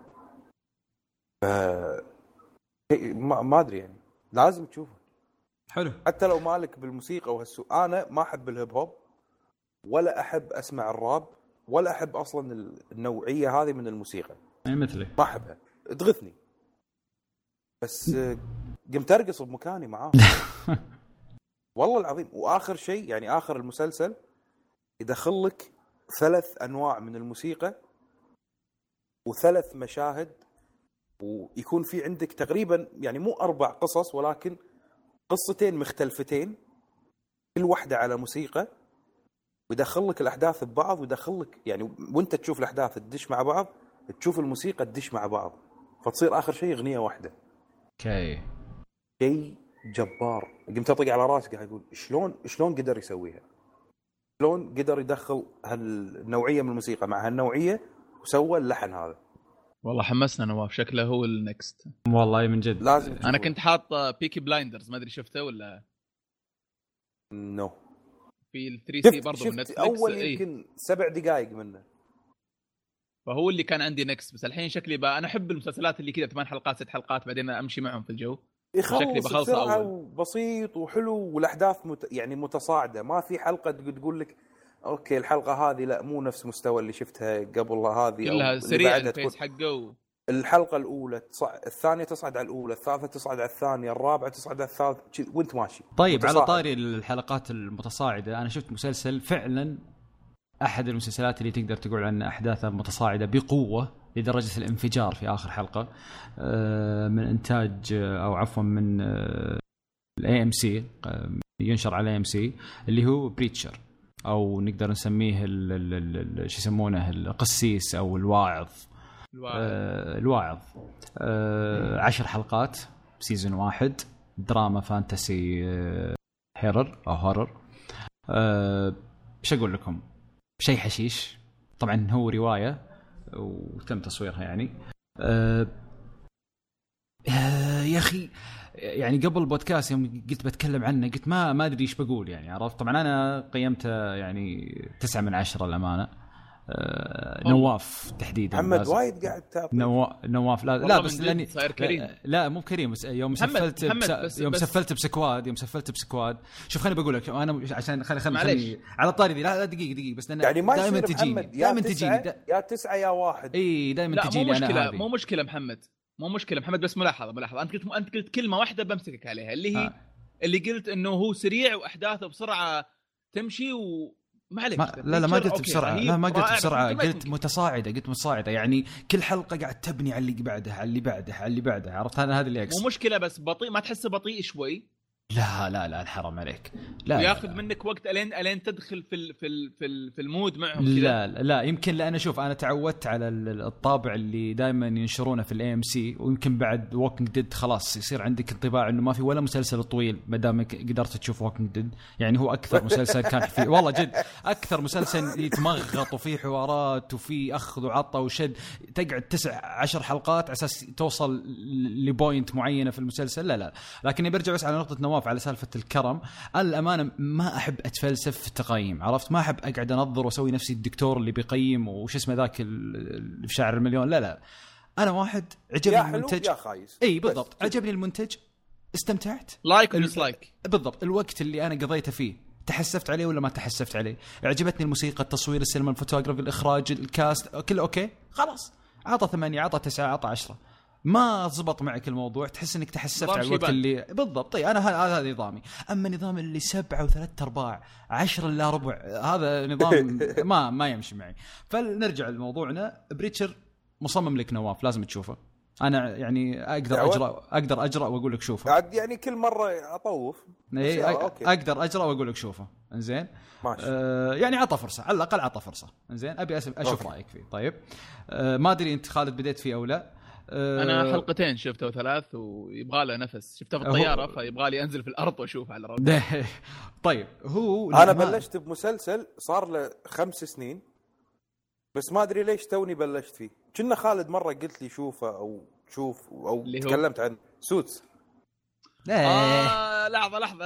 Speaker 1: ما ادري يعني لازم تشوفه
Speaker 2: حلو.
Speaker 1: حتى لو مالك بالموسيقى وهالسوء. انا ما احب الهيب هوب ولا احب اسمع الراب ولا احب اصلا النوعيه هذه من الموسيقى،
Speaker 2: يعني مثلي
Speaker 1: ما احبها تغثني، بس قمت ارقص بمكاني معاه والله العظيم. واخر شيء يعني اخر المسلسل يدخل لك 3 انواع من الموسيقى و3 مشاهد، ويكون في عندك تقريبا يعني مو 4 قصص ولكن قصتين مختلفتين كل واحدة على موسيقى، ويدخل لك الأحداث ببعض، ويدخل لك يعني وانت تشوف الأحداث تدش مع بعض، تشوف الموسيقى تدش مع بعض، فتصير آخر شيء أغنية واحدة.
Speaker 2: اوكي
Speaker 1: شيء جبار. قمت أطق على راسي قاعد أقول شلون قدر يسويها، شلون قدر يدخل هالنوعية من الموسيقى مع هالنوعية وسوى اللحن هذا.
Speaker 3: والله حمسنا نواف، شكله هو النكست
Speaker 2: والله من جد
Speaker 1: لازم
Speaker 3: انا كنت حاط بيكي بلايندرز، ما ادري شفته ولا
Speaker 1: نو.
Speaker 3: في ال 3 سي برضه من نتفلكس
Speaker 1: اول يمكن 7 دقائق منه،
Speaker 3: فهو اللي كان عندي نكست. بس الحين شكلي بقى انا احب المسلسلات اللي كذا 8 حلقات 6 حلقات بعدين امشي معهم في الجو،
Speaker 1: شكلي بخلصه اول بسيط وحلو والاحداث يعني متصاعده، ما في حلقه تقول لك اوكي الحلقه هذه لا مو نفس مستوى اللي شفتها قبل هذه،
Speaker 3: كلها سريع البيس حقه.
Speaker 1: الحلقه الاولى الثانيه تصعد على الاولى، الثالثه تصعد على الثانيه، الرابعه تصعد على الثالثه وانت ماشي.
Speaker 2: طيب على طاري الحلقات المتصاعده، انا شفت مسلسل فعلا احد المسلسلات اللي تقدر تقول عن احداثها متصاعده بقوه لدرجه الانفجار في اخر حلقه، من انتاج او عفوا من الاي ام سي، ينشر على AMC، اللي هو بريتشر، او نقدر نسميه شو يسمونه القسيس او الواعظ. 10 حلقات سيزون 1، دراما فانتسي هيرر او هورر. ايش اقول لكم، شيء حشيش. طبعا هو روايه وتم تصويرها يعني. يا اخي يعني قبل البودكاست يوم قلت بتكلم عنه قلت ما ادري ايش بقول يعني، عرفت. طبعا انا قيمته يعني 9 من 10 الامانه. نواف تحديدا
Speaker 1: محمد وايد قاعد تعطي
Speaker 2: نواف لا بس لاني
Speaker 3: صاير كريم.
Speaker 2: لا مو كريم، بس يوم سفلت بسكواد شوف خليني بقول لك انا عشان خلي على الطاري دي. لا دقيقه بس لان
Speaker 1: يعني
Speaker 2: دائما تجيني
Speaker 1: يا 9 يا 1.
Speaker 2: اي دائما تجيني انا.
Speaker 3: مو مشكله محمد بس ملاحظه انت قلت كلمه واحده بمسكك عليها اللي هي اللي قلت انه هو سريع واحداثه بسرعه تمشي ما عليك.
Speaker 2: لا ما قلت بسرعه، لا ما قلت بسرعه، قلت متصاعده يعني كل حلقه قاعد تبني على اللي بعدها عرفت. هذا اللي اقصد.
Speaker 3: مو مشكله بس بطيء، ما تحسه بطيء شوي؟
Speaker 2: لا الحرام عليك، لا
Speaker 3: ياخذ منك وقت الين تدخل في المود معهم
Speaker 2: كذا. لا يمكن لأن اشوف انا تعودت على الطابع اللي دائما ينشرونه في AMC، ويمكن بعد ووكينج ديد خلاص يصير عندك انطباع انه ما في ولا مسلسل طويل ما دامك قدرت تشوف ووكينج ديد. يعني هو اكثر مسلسل كان فيه والله جد اكثر مسلسل يتمغط وفيه حوارات وفيه اخذ وعطى وشد، تقعد 9-10 حلقات على اساس توصل لبوينت معينه في المسلسل. لا لكني برجع بس على نقطه نواف على سالفه الكرم. انا الامانه ما احب اتفلسف في التقييم، عرفت. ما احب اقعد انظر واسوي نفسي الدكتور اللي بيقيم وش اسمه ذاك اللي في شاعر المليون. لا انا واحد عجبني المنتج
Speaker 1: يا خايس.
Speaker 2: اي بالضبط عجبني المنتج، استمتعت
Speaker 3: لايك وديسلايك
Speaker 2: بالضبط. الوقت اللي انا قضيته فيه تحسفت عليه ولا ما تحسفت عليه، عجبتني الموسيقى، التصوير، السينما، الفوتوغرافي، الاخراج، الكاست، كله اوكي خلاص. عطى 8 عطى 9 عطى 10. ما ضبط معك الموضوع، تحس انك تحسفت على الوقت اللي بالضبط. طيب انا هذا نظامي. اما نظام اللي 7 و3/4 10 إلا ربع هذا نظام ما يمشي معي. فنرجع لموضوعنا. بريتشر مصمم لك نواف، لازم تشوفه. انا يعني اقدر اجرأ واقول لك شوفه.
Speaker 1: يعني كل مره اطوف
Speaker 2: اقدر اجرأ واقول لك شوفه. انزين يعني عطى فرصه، على الاقل عطى فرصه. انزين ابي اشوف رايك فيه. طيب ما ادري انت خالد بديت فيه او لا.
Speaker 3: انا حلقتين شفته 3 ويبغى له نفس. شفته في الطياره فيبغى لي انزل في الارض واشوف على الارض.
Speaker 2: طيب هو
Speaker 1: انا بلشت بمسلسل صار له 5 سنين بس ما ادري ليش توني بلشت فيه. كنا خالد مره قلت لي شوفه او تكلمت عن سوتس.
Speaker 3: لحظه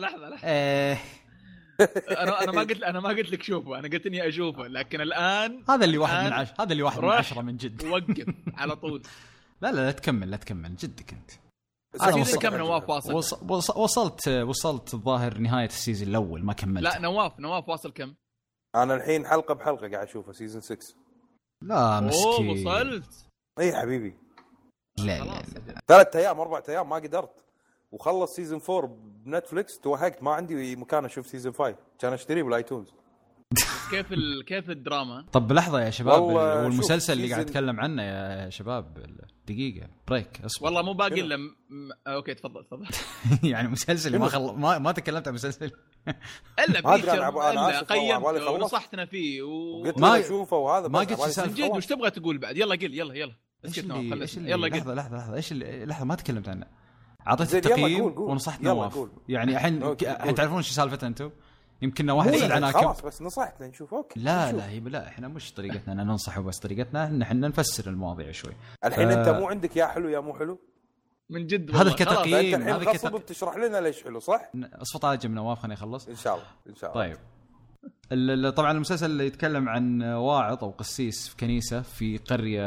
Speaker 3: انا ما قلت لك شوفه، انا قلت اني اشوفه، لكن الان
Speaker 2: هذا اللي 1 من 10، هذا اللي 1 من 10 من جد.
Speaker 3: وقف على طول.
Speaker 2: لا تكمل جدك انت.
Speaker 3: سيزن كم نواف واصل؟
Speaker 2: وصلت الظاهر نهايه السيزون الاول، ما كملت.
Speaker 3: لا نواف واصل كم؟
Speaker 1: انا الحين حلقه بحلقه قاعد اشوفه سيزون 6.
Speaker 2: لا مسكين.
Speaker 3: وصلت.
Speaker 1: اي حبيبي.
Speaker 2: لا
Speaker 1: 3 أيام 4 أيام ما قدرت، وخلص سيزون 4 بنتفليكس. توهقت، ما عندي مكان اشوف سيزون 5، كان اشتريه بالايتونز.
Speaker 3: كيف الدراما؟
Speaker 2: طب لحظه يا شباب، والمسلسل اللي قاعد اتكلم عنه يا شباب دقيقه بريك اصبر.
Speaker 3: والله مو باقي الا اوكي تفضل
Speaker 2: يعني مسلسل ما تكلمت عن مسلسل
Speaker 3: الا بيتر قيمت ونصحتنا فيه
Speaker 1: ما اشوفه. وهذا
Speaker 2: ما قلت
Speaker 3: جد وش تبغى تقول بعد؟ يلا قل يلا اسكت نواف. يلا قل.
Speaker 2: لحظه ايش اللي لحظه ما تكلمت عنه. اعطيت التقييم ونصحت نواف. يعني الحين تعرفون ايش سالفته انتم؟ يمكن واحد يزعل عناك
Speaker 1: خلاص بس نصحتنا نشوف. اوكي
Speaker 2: لا احنا مش طريقتنا ان ننصح، بس طريقتنا ان احنا نفسر المواضيع شوي.
Speaker 1: الحين انت مو عندك يا حلو يا مو حلو
Speaker 3: من جد.
Speaker 2: هذا كتقييم،
Speaker 1: هذا كتقييم بتشرح لنا ليش حلو صح؟
Speaker 2: اصفط على جنب نواف خلينا نخلص
Speaker 1: ان شاء الله.
Speaker 2: طيب طبعا المسلسل اللي يتكلم عن واعظ او قسيس في كنيسه في قريه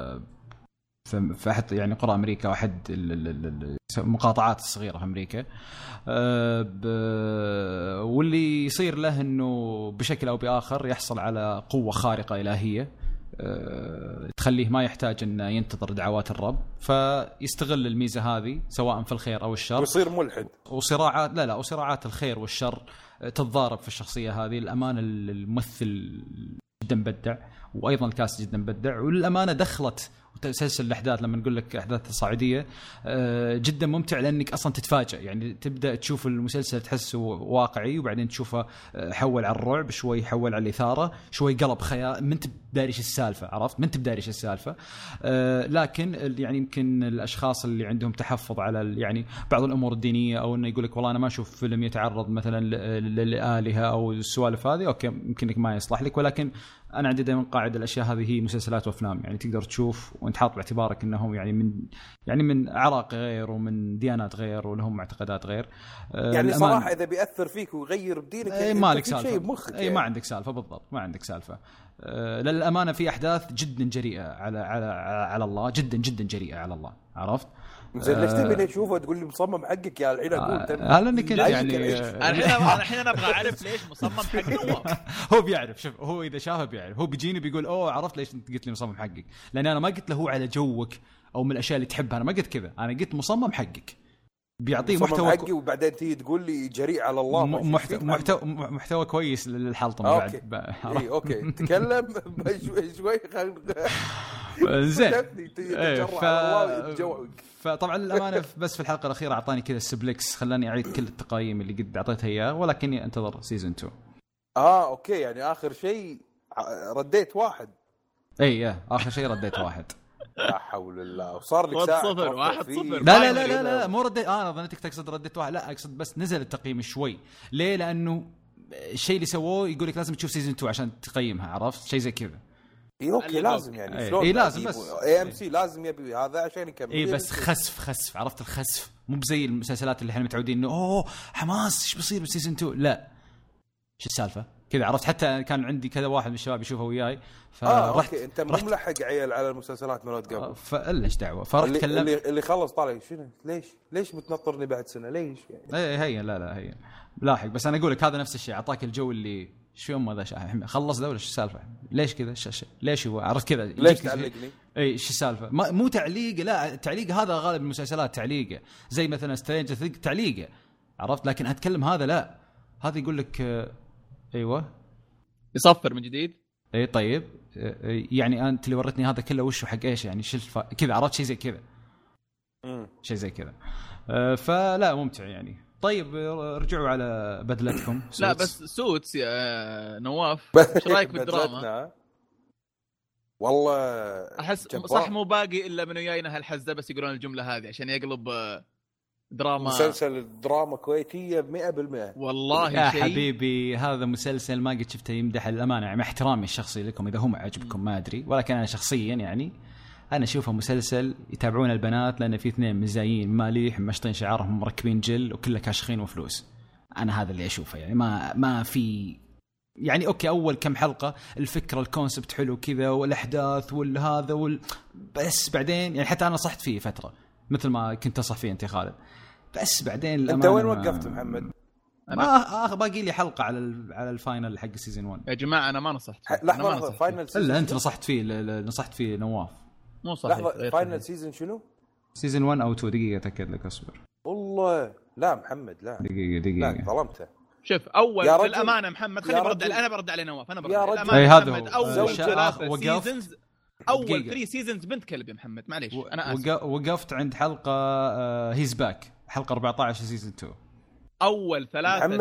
Speaker 2: في أحد يعني قرى أمريكا، واحد المقاطعات الصغيرة في أمريكا. واللي يصير له أنه بشكل أو بآخر يحصل على قوة خارقة إلهية تخليه ما يحتاج أن ينتظر دعوات الرب، فيستغل الميزة هذه سواء في الخير أو الشر،
Speaker 1: ويصير ملحد.
Speaker 2: وصراعات وصراعات الخير والشر تتضارب في الشخصية هذه. الأمانة الممثل جدا مبدع، وأيضا الكاست جدا مبدع، والأمانة دخلت تسلسل الأحداث. لما نقول لك أحداث الصاعدية جدا ممتع، لأنك أصلا تتفاجأ. يعني تبدأ تشوف المسلسل تحسه واقعي، وبعدين تشوفه حول على الرعب، شوي حول على الإثارة، شوي قلب خيال، ما أنت بداريش السالفة، عرفت؟ ما أنت بداريش السالفة. لكن يعني يمكن الأشخاص اللي عندهم تحفظ على يعني بعض الأمور الدينية، أو إنه يقول لك والله أنا ما أشوف فيلم يتعرض مثلا للآلهة أو السوالف هذه، أوكي يمكنك ما يصلح لك. ولكن أنا عندي دائما قاعدة الأشياء هذه هي مسلسلات وأفلام، يعني تقدر تشوف وأنت حاط باعتبارك أنهم يعني من أعراق غير ومن ديانات غير ولهم معتقدات غير.
Speaker 1: يعني صراحة إذا بيأثر فيك ويغير بدينك
Speaker 2: ما لك سالفة
Speaker 1: يعني.
Speaker 2: ما عندك سالفة بالضبط، ما عندك سالفة. للأمانة في أحداث جدا جريئة على الله، جدا جدا جريئة على الله، عرفت؟
Speaker 1: زين ليش تبي تشوفه تقول لي مصمم حقك يا الحين اقول
Speaker 2: هل انك يعني
Speaker 3: الحين انا ابغى اعرف ليش مصمم حقك.
Speaker 2: هو بيعرف، شوف هو اذا شافه بيعرف، هو بيجيني بيقول اوه عرفت ليش انت قلت لي مصمم حقك، لان انا ما قلت له هو على جوك او من الاشياء اللي تحبها، انا ما قلت كذا، انا قلت مصمم حقك بيعطيه محتوى
Speaker 1: حقي، وبعدين تيجي تقول لي جريء على الله.
Speaker 2: محتوى كويس للحلطم
Speaker 1: بعد. اوكي تكلم شوي
Speaker 2: زين. فطبعا الامانه بس في الحلقه الاخيره اعطاني كذا السبلكس، خلاني اعيد كل التقييم اللي قد اعطيتها اياه، ولكني انتظر سيزون 2.
Speaker 1: اوكي يعني اخر شيء رديت 1.
Speaker 2: اخر شيء رديت 1.
Speaker 1: لا حول الله. وصار لك ساعه
Speaker 3: 1-0.
Speaker 2: لا مو رديت. انا ظنيتك تقصد رديت 1. لا اقصد بس نزل التقييم شوي. ليه؟ لانه الشيء اللي سووه يقول لك لازم تشوف سيزون 2 عشان تقيمها، عرفت؟ شيء زي كذا.
Speaker 1: اوكي لازم يعني شلون
Speaker 2: لازم، بس
Speaker 1: AMC لازم يبي هذا عشان يكمل.
Speaker 2: بس خسف عرفت الخسف، مو بزي المسلسلات اللي احنا متعودين انه حماس ايش بيصير بالسيزون 2. لا شو السالفه كذا، عرفت؟ حتى كان عندي كذا واحد من الشباب يشوفه وياي، فرحت
Speaker 1: انت مو ملحق عيل على المسلسلات مالت قبل،
Speaker 2: فليش دعوه. فرحت كلمت
Speaker 1: اللي خلص طالع شنو ليش بتنطرني بعد سنه ليش يعني.
Speaker 2: هي لا هي لاحق. بس انا اقول لك هذا نفس الشيء، اعطاك الجو اللي شو يوم هذا شاحن خلص ده ولا شو السالفه ليش كذا ليش هو عرفت كذا
Speaker 1: ليش تعلقني
Speaker 2: اي شو السالفه مو تعليق لا تعليق هذا غالب المسلسلات تعليقه زي مثلا سترينجر ثينجز تعليقه عرفت لكن اتكلم هذا لا هذا يقول لك ايوه
Speaker 3: يصفر من جديد
Speaker 2: اي طيب يعني انت اللي ورتني هذا كله وش حق ايش يعني كذا عرفت شيء زي كذا شيء زي كذا فلا ممتع يعني طيب رجعوا على بدلتكم
Speaker 3: لا بس سوتس يا نواف ايش رايك بالدراما
Speaker 1: والله
Speaker 3: احس صح مو باقي الا من ويانا هالحزه بس يقولون الجمله هذه عشان يقلب دراما
Speaker 1: مسلسل دراما كويتيه 100%
Speaker 3: والله
Speaker 2: يا
Speaker 3: شيء
Speaker 2: حبيبي هذا مسلسل ما قد شفته يمدح الامانه يعني مع احترامي الشخصي لكم اذا هو عجبكم ما ادري ولكن انا شخصيا يعني انا اشوفه مسلسل يتابعون البنات لان في اثنين مزايين ماليح مشطين شعرهم مركبين جل وكله كاشخين وفلوس انا هذا اللي اشوفه يعني ما في يعني اوكي اول كم حلقه الفكره الكونسبت حلو كذا والاحداث والهذا بس بعدين يعني حتى انا صحت فيه فتره مثل ما كنت اصح فيه انت خالد بس بعدين
Speaker 1: انت وين وقفت محمد
Speaker 2: ما باقي لي حلقه على الفاينل حق سيزون 1
Speaker 3: يا جماعه انا ما نصحت
Speaker 1: لحظه فاينل
Speaker 2: سيزون لا انت نصحت فيه نواف
Speaker 3: مو صحيح
Speaker 1: لحظه فاينل سيزون شنو
Speaker 2: سيزون 1 او 2 دقيقه اتاكد لك اصبر
Speaker 1: والله لا محمد لا
Speaker 2: دقيقه
Speaker 1: لا ظلمته
Speaker 3: شوف اول للامانه محمد خليني برد على نواف انا برد
Speaker 2: اي هذا
Speaker 3: اول 3 سيزونز اول 3 سيزونز بنت كلب يا محمد معليش انا اسف
Speaker 2: وقفت عند حلقه هيز باك حلقه 14 سيزون 2
Speaker 3: اول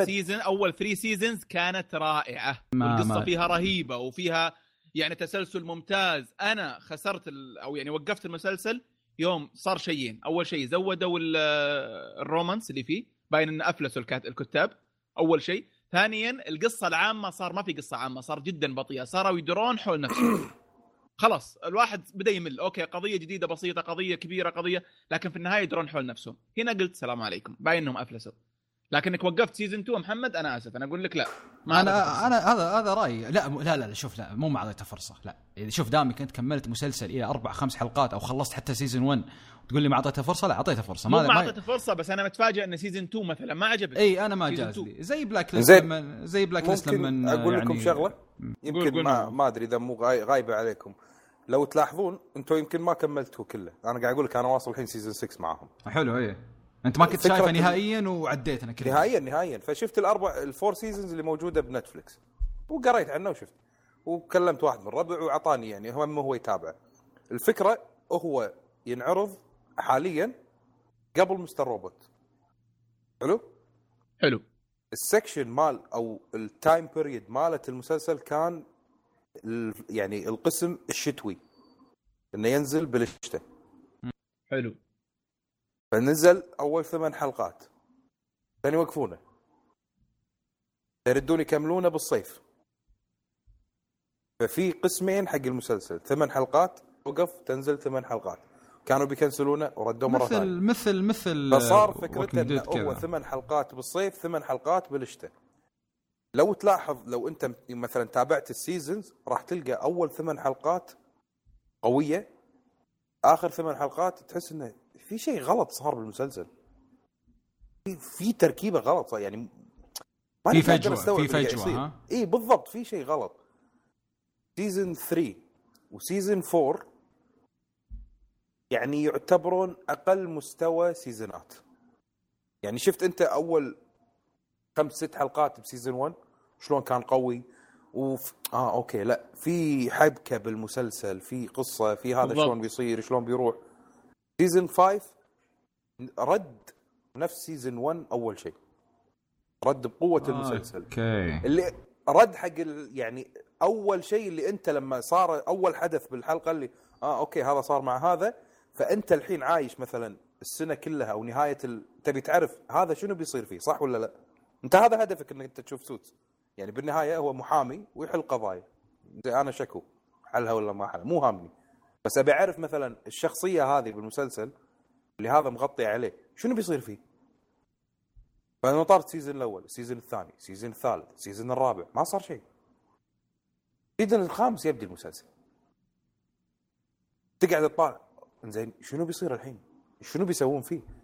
Speaker 3: 3 سيزونز كانت رائعه والقصه فيها رهيبه وفيها يعني تسلسل ممتاز انا خسرت او يعني وقفت المسلسل يوم صار شيئين اول شيء زودوا الرومانس اللي فيه باين ان افلسوا الكتاب اول شيء ثانيا القصه العامه صار ما في قصه عامه صار جدا بطيئه صاروا يدورون حول نفسهم خلاص الواحد بدا يمل اوكي قضيه جديده بسيطه قضيه كبيره قضيه لكن في النهايه يدورون حول نفسهم هنا قلت السلام عليكم باين انهم افلسوا لكنك وقفت سيزون 2 محمد انا اسف انا اقول لك لا
Speaker 2: ما انا هذا رايي لا شوف لا مو ما اعطيته فرصه لا شوف دامك انت كملت مسلسل الى 4-5 حلقات او خلصت حتى سيزون 1 تقول لي ما اعطيته فرصه لا اعطيته فرصه
Speaker 3: ما اعطيته فرصه بس انا متفاجئ ان سيزون 2 مثلا ما عجبك
Speaker 2: اي انا ما جاز لي زي بلاك ليست لما
Speaker 1: اقول لكم يعني شغله يمكن ما ادري اذا مو غايبه عليكم لو تلاحظون انتم يمكن ما كملتوا كله انا قاعد اقول لك انا واصل الحين سيزون 6 معهم
Speaker 2: حلو ايه انت ما كنت شايفه نهائيا وعديت انا كذا
Speaker 1: نهائيا فشفت الفور سيزونز اللي موجوده بنتفليكس وقريت عنه وشفت وكلمت واحد من ربع وعطاني يعني هو يتابع الفكره هو ينعرض حاليا قبل مستر روبوت
Speaker 3: حلو
Speaker 1: السكشن مال او التايم بيريد مالت المسلسل كان يعني القسم الشتوي انه ينزل بالشتاء
Speaker 3: حلو
Speaker 1: فنزل اول 8 حلقات ثاني يوقفونه يردون يكملونه بالصيف ففي قسمين حق المسلسل 8 حلقات وقف تنزل 8 حلقات كانوا بيكنسلونه وردوا مره ثانيه
Speaker 2: مثل
Speaker 1: فصار فكرته انه هو 8 حلقات بالصيف 8 حلقات بالشتاء لو تلاحظ لو انت مثلا تابعت السيزونز راح تلقى اول 8 حلقات قويه اخر 8 حلقات تحس انه في شيء غلط صار بالمسلسل في تركيبه غلط يعني
Speaker 2: في فجوه ها
Speaker 1: اي بالضبط في شيء غلط سيزون 3 وسيزون 4 يعني يعتبرون اقل مستوى سيزونات يعني شفت انت اول 5-6 حلقات بسيزون 1 شلون كان قوي اوكي لا في حبكه بالمسلسل في قصه في هذا بالضبط. شلون بيصير شلون بيروح سيزون 5 رد نفس سيزون 1 اول شيء رد بقوه المسلسل
Speaker 2: اوكي
Speaker 1: اللي رد حق يعني اول شيء اللي انت لما صار اول حدث بالحلقه اللي اوكي هذا صار مع هذا فانت الحين عايش مثلا السنه كلها او نهايه تبي تعرف هذا شنو بيصير فيه صح ولا لا انت هذا هدفك انك انت تشوف سوتس يعني بالنهايه هو محامي ويحل قضايا زي انا شكو حلها ولا ما حلها مو هامني بس ابي اعرف مثلا الشخصيه هذه بالمسلسل اللي هذا مغطي عليه شنو بيصير فيه فانا طارت سيزون الاول السيزون الثاني السيزون الثالث السيزون الرابع ما صار شيء السيزون الخامس يبدي المسلسل تقعد تطالع زين شنو بيصير الحين شنو بيسوون فيه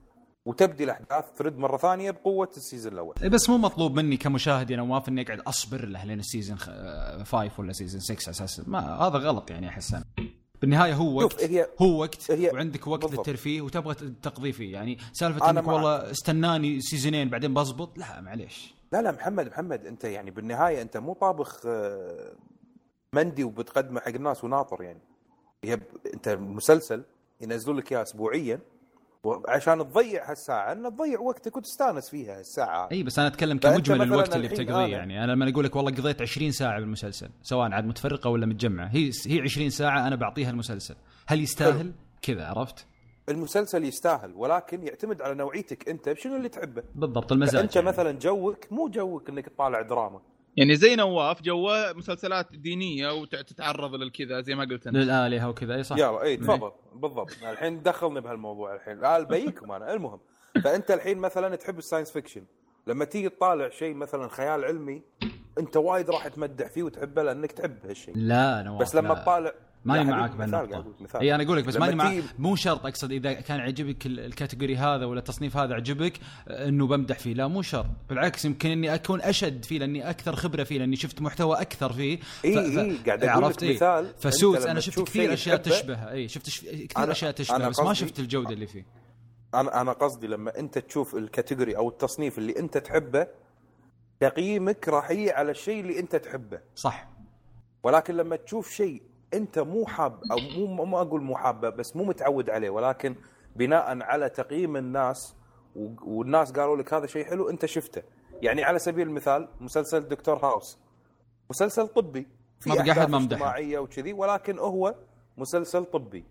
Speaker 1: وتبدي الاحداث ترد مره ثانيه بقوه السيزون الاول.
Speaker 2: بس مو مطلوب مني كمشاهد انا موافق اني اقعد اصبر له لين السيزون 5 ولا سيزون 6 اساسا، ما هذا غلط يعني. احس انا بالنهايه هو وقت وعندك وقت للترفيه وتبغى تقضي فيه. يعني سالفه انك والله استناني سيزونين بعدين بضبط، لا معليش.
Speaker 1: لا محمد انت يعني بالنهايه انت مو طابخ مندي وبتقدمه حق الناس وناطر. يعني انت مسلسل ينزلوا لك اياه اسبوعيا عشان تضيع هالساعه، ان تضيع وقتك وتستانس فيها الساعه.
Speaker 2: اي بس انا اتكلم كمجمل الوقت اللي بتقضيه. يعني انا لما اقول لك والله قضيت 20 ساعه بالمسلسل سواء عاد متفرقه ولا متجمعه، هي 20 ساعه انا بعطيها المسلسل، هل يستاهل كذا؟ عرفت؟
Speaker 1: المسلسل يستاهل، ولكن يعتمد على نوعيتك انت شنو اللي تحبه
Speaker 2: بالضبط. المزاج
Speaker 1: انت يعني. مثلا جوك مو جوك انك تطالع دراما،
Speaker 3: يعني زي نواف جوه مسلسلات دينيه وتتعرض للكذا زي ما قلت انت
Speaker 2: للآلهة وكذا. اي صح.
Speaker 1: يلا اي تفضل بالضبط. الحين دخلني بهالموضوع الحين بيكم انا. المهم فانت الحين مثلا تحب الساينس فيكشن، لما تيجي تطالع شيء مثلا خيال علمي انت وايد راح تمدح فيه وتحبه لانك تحب هالشيء.
Speaker 2: لا نواف
Speaker 1: بس لما تطالع
Speaker 2: ماني معاك بهالنقطة. اي انا اقول لك بس ماني معاك. مو شرط اقصد اذا كان عجبك الكاتيجوري هذا ولا التصنيف هذا عجبك انه بمدح فيه، لا مو شرط. بالعكس يمكن اني اكون اشد فيه لاني اكثر خبرة فيه، لاني شفت محتوى اكثر فيه.
Speaker 1: قاعد اقول لك مثال.
Speaker 2: فسوس انا شفت كثير اشياء تشبه. شفت كثير اشياء تشبه بس ما شفت الجودة اللي فيه.
Speaker 1: انا قصدي لما انت تشوف الكاتيجوري او التصنيف اللي انت تحبه تقييمك راح يجي على الشيء اللي انت تحبه، صح. ولكن لما تشوف شيء انت مو حاب او مو اقول مو حابه بس مو متعود عليه، ولكن بناء على تقييم الناس والناس قالوا لك هذا شيء حلو انت شفته. يعني على سبيل المثال مسلسل دكتور هاوس، مسلسل طبي
Speaker 2: ما بقى احد ما مدحه
Speaker 1: وكذي، ولكن هو مسلسل طبي.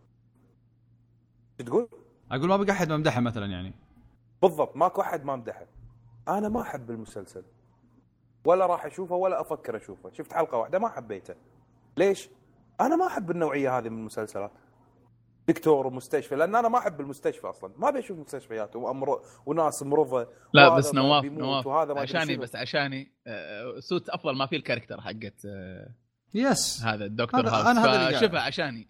Speaker 1: تقول
Speaker 2: اقول ما بقى احد ما مدحه مثلا، يعني
Speaker 1: بالضبط ماكو احد ما مدحه. انا ما احب المسلسل ولا راح اشوفه ولا افكر اشوفه. شفت حلقه واحده ما حبيته. ليش؟ انا ما احب النوعيه هذه من المسلسلات، دكتور ومستشفى، لان انا ما احب المستشفى اصلا. ما بيشوف مستشفيات وناس مرضى.
Speaker 3: لا بس نواف عشاني بس عشاني سوت افضل ما في الكاركتر حقت
Speaker 2: يس
Speaker 3: هذا الدكتور هاوس، شوفها عشاني.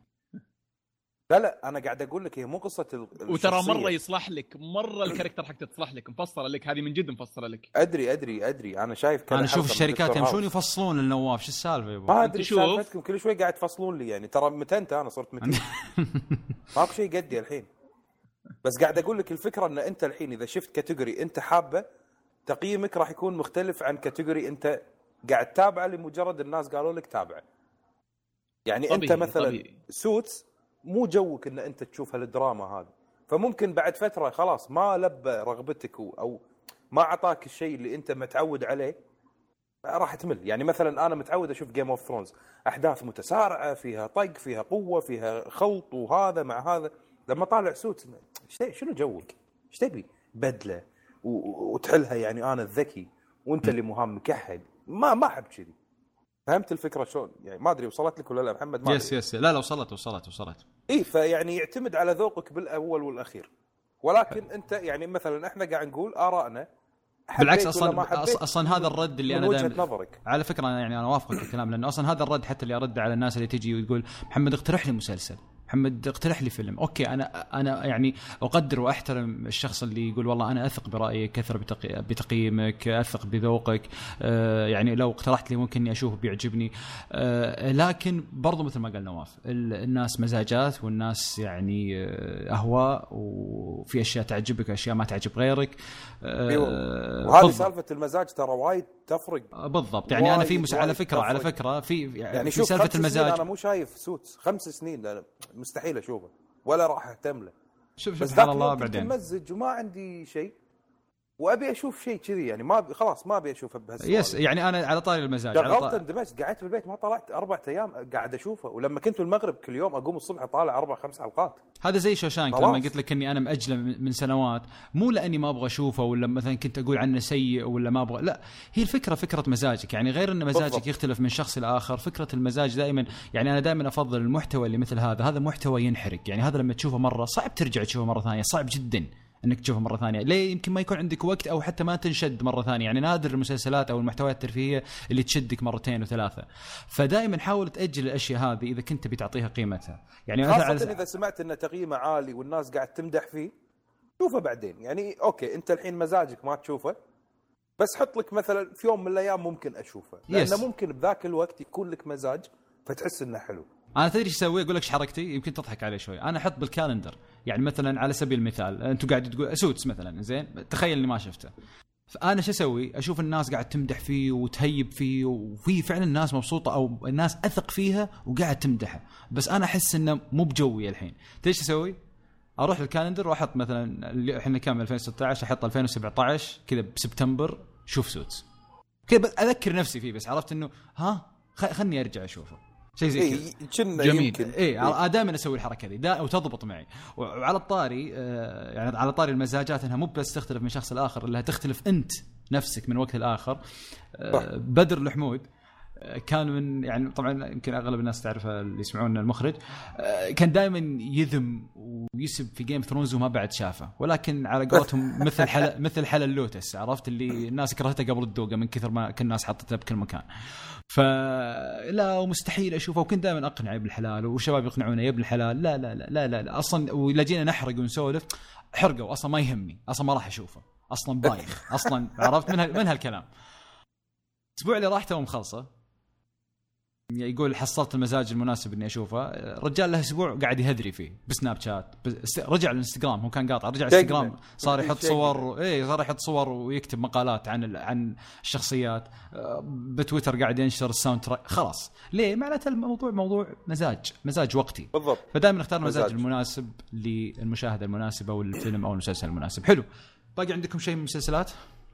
Speaker 1: لا انا قاعد اقول لك هي مو قصه
Speaker 3: وترى مره يصلح لك، مره الكاركتر حقته تصلح لك، مفصله لك، هذه من جد مفصله لك.
Speaker 1: ادري انا شايف كذا.
Speaker 2: انا اشوف الشركات يمشون يفصلون للنواف. شو السالفه يا ابو؟
Speaker 1: ما ادري سالفتكم كل شوي قاعد تفصلون لي. يعني ترى متنت انا صرت متنت ماكو شيء قدي الحين. بس قاعد اقول لك الفكره ان انت الحين اذا شفت كاتيجوري انت حابه تقييمك راح يكون مختلف عن كاتيجوري انت قاعد تتابعه لمجرد الناس قالوا لك تابعه. يعني طبيعي. انت مثلا طبيعي. سوتس مو جوك ان انت تشوف هالدراما هذا، فممكن بعد فتره خلاص ما لبى رغبتك او ما عطاك الشيء اللي انت متعود عليه، راح تمل. يعني مثلا انا متعود اشوف جيم اوف ثرونز، احداث متسارعه فيها طق فيها قوه فيها خلط وهذا مع هذا. لما طالع سوت شنو جوك؟ ايش تبي؟ بدله وتحلها. يعني انا الذكي وانت اللي مهام مكحل. ما احب كذي. فهمت الفكره شلون؟ يعني ما ادري وصلت لك ولا لا محمد؟ ما
Speaker 2: يس لا وصلت.
Speaker 1: اي فيعني يعتمد على ذوقك بالاول والاخير. ولكن انت يعني مثلا احنا قاعد نقول ارائنا.
Speaker 2: بالعكس اصلا هذا الرد اللي انا دائما على فكره يعني انا وافقك الكلام، لانه اصلا هذا الرد حتى اللي ارد على الناس اللي تجي وتقول محمد اقترح لي مسلسل، محمد اقترح لي فيلم. اوكي انا يعني اقدر واحترم الشخص اللي يقول والله انا اثق برايك، اثق بتقييمك، اثق بذوقك، يعني لو اقترحت لي ممكن اني اشوفه بيعجبني. لكن برضو مثل ما قال نواف الناس مزاجات، والناس يعني اهواء، وفي اشياء تعجبك اشياء ما تعجب غيرك.
Speaker 1: وهذه سالفه المزاج ترى وايد تفرق.
Speaker 2: بالضبط. يعني انا في على فكره في يعني في سالفه المزاج
Speaker 1: انا مو شايف سوتس 5 سنين لا مستحيل اشوفه ولا راح اهتم له.
Speaker 2: شوف سبحان الله بعدين
Speaker 1: ممزج وما عندي شيء وابي اشوف شيء كذي. يعني خلاص ما ابي اشوفه بهالسؤال.
Speaker 2: يس يعني انا على طاري المزاج
Speaker 1: اندمجت قعدت بالبيت ما طلعت 4 أيام قاعد اشوفه. ولما كنت بالمغرب كل يوم اقوم الصبح اطالع 4-5 حلقات.
Speaker 2: هذا زي شوشانك لما قلت لك اني انا مأجله من سنوات، مو لاني ما ابغى اشوفه ولا مثلا كنت اقول عنه سيء ولا ما ابغى، لا هي الفكره فكره مزاجك. يعني غير ان مزاجك بالضبط. يختلف من شخص لاخر. فكره المزاج دائما يعني انا دائما افضل المحتوى اللي مثل هذا محتوى ينحرق. يعني هذا لما تشوفه مره صعب ترجع تشوفه مره ثانيه، صعب جدا انك تشوفه مره ثانيه. ليه؟ يمكن ما يكون عندك وقت او حتى ما تنشد مره ثانيه. يعني نادر المسلسلات او المحتويات الترفيهيه اللي تشدك مرتين وثلاثه. فدائما حاول تاجل الاشياء هذه اذا كنت بتعطيها قيمتها. يعني
Speaker 1: خاصه اذا سمعت ان تقييمه عالي والناس قاعد تمدح فيه شوفه بعدين يعني. اوكي انت الحين مزاجك ما تشوفه، بس حط لك مثلا في يوم من الايام ممكن اشوفه، لانه ممكن بذاك الوقت يكون لك مزاج فتحس انه حلو.
Speaker 2: انا تدري ايش اسوي؟ اقول لك ايش حركتي، يمكن تضحك عليه شوي. انا احط بالكالندر، يعني مثلا على سبيل المثال انتم قاعد تقول سوتس مثلا، زين تخيل اني ما شفته، فانا شو اسوي؟ اشوف الناس قاعد تمدح فيه وتهيب فيه، وفي فعلا الناس مبسوطه او الناس اثق فيها وقاعد تمدحه، بس انا احس انه مو بجوي الحين. ايش اسوي؟ اروح للكالندر واحط مثلا احنا كام 2016، احط 2017 كذا بسبتمبر شوف سوتس كذا، اذكر نفسي فيه، بس عرفت انه خلني ارجع اشوفه شيء زي كذا.
Speaker 1: جميل.
Speaker 2: دائما اسوي الحركه دي وتضبط معي. وعلى الطاري يعني على طاري المزاجات، انها مو بس تختلف من شخص لاخر، اللي تختلف انت نفسك من وقت لاخر. بدر الحمود كان من يعني طبعا يمكن اغلب الناس تعرفه اللي يسمعون المخرج، كان دائما يذم ويسب في جيم ثرونز وما بعد شافه، ولكن على قولتهم مثل حلا اللوتس، عرفت اللي الناس كرهته قبل الدوقه من كثر ما كل الناس حطته بكل مكان. فلا ومستحيل اشوفه، وكنت دائما اقنع ابن الحلال والشباب يقنعونه يا ابن الحلال لا لا لا لا, لا, لا. اصلا ولا جينا نحرق ونسولف، حرقوا اصلا ما يهمني، اصلا ما راح اشوفه، اصلا بايخ اصلا. عرفت من هالكلام. الاسبوع اللي راح تو مخلصه، يقول حصلت المزاج المناسب اني اشوفه. الرجال له اسبوع قاعد يهدري فيه بسناب شات، رجع الانستغرام، هو كان قاطع، رجع الانستغرام صار يحط صور، صار يحط صور ويكتب مقالات عن الشخصيات. بتويتر قاعد ينشر الساوند تراك. خلاص ليه؟ معناته الموضوع موضوع مزاج وقتي بالضبط. فدائما نختار المزاج المناسب للمشاهده المناسبه والفيلم او المسلسل المناسب. حلو. باقي عندكم شيء من المسلسلات؟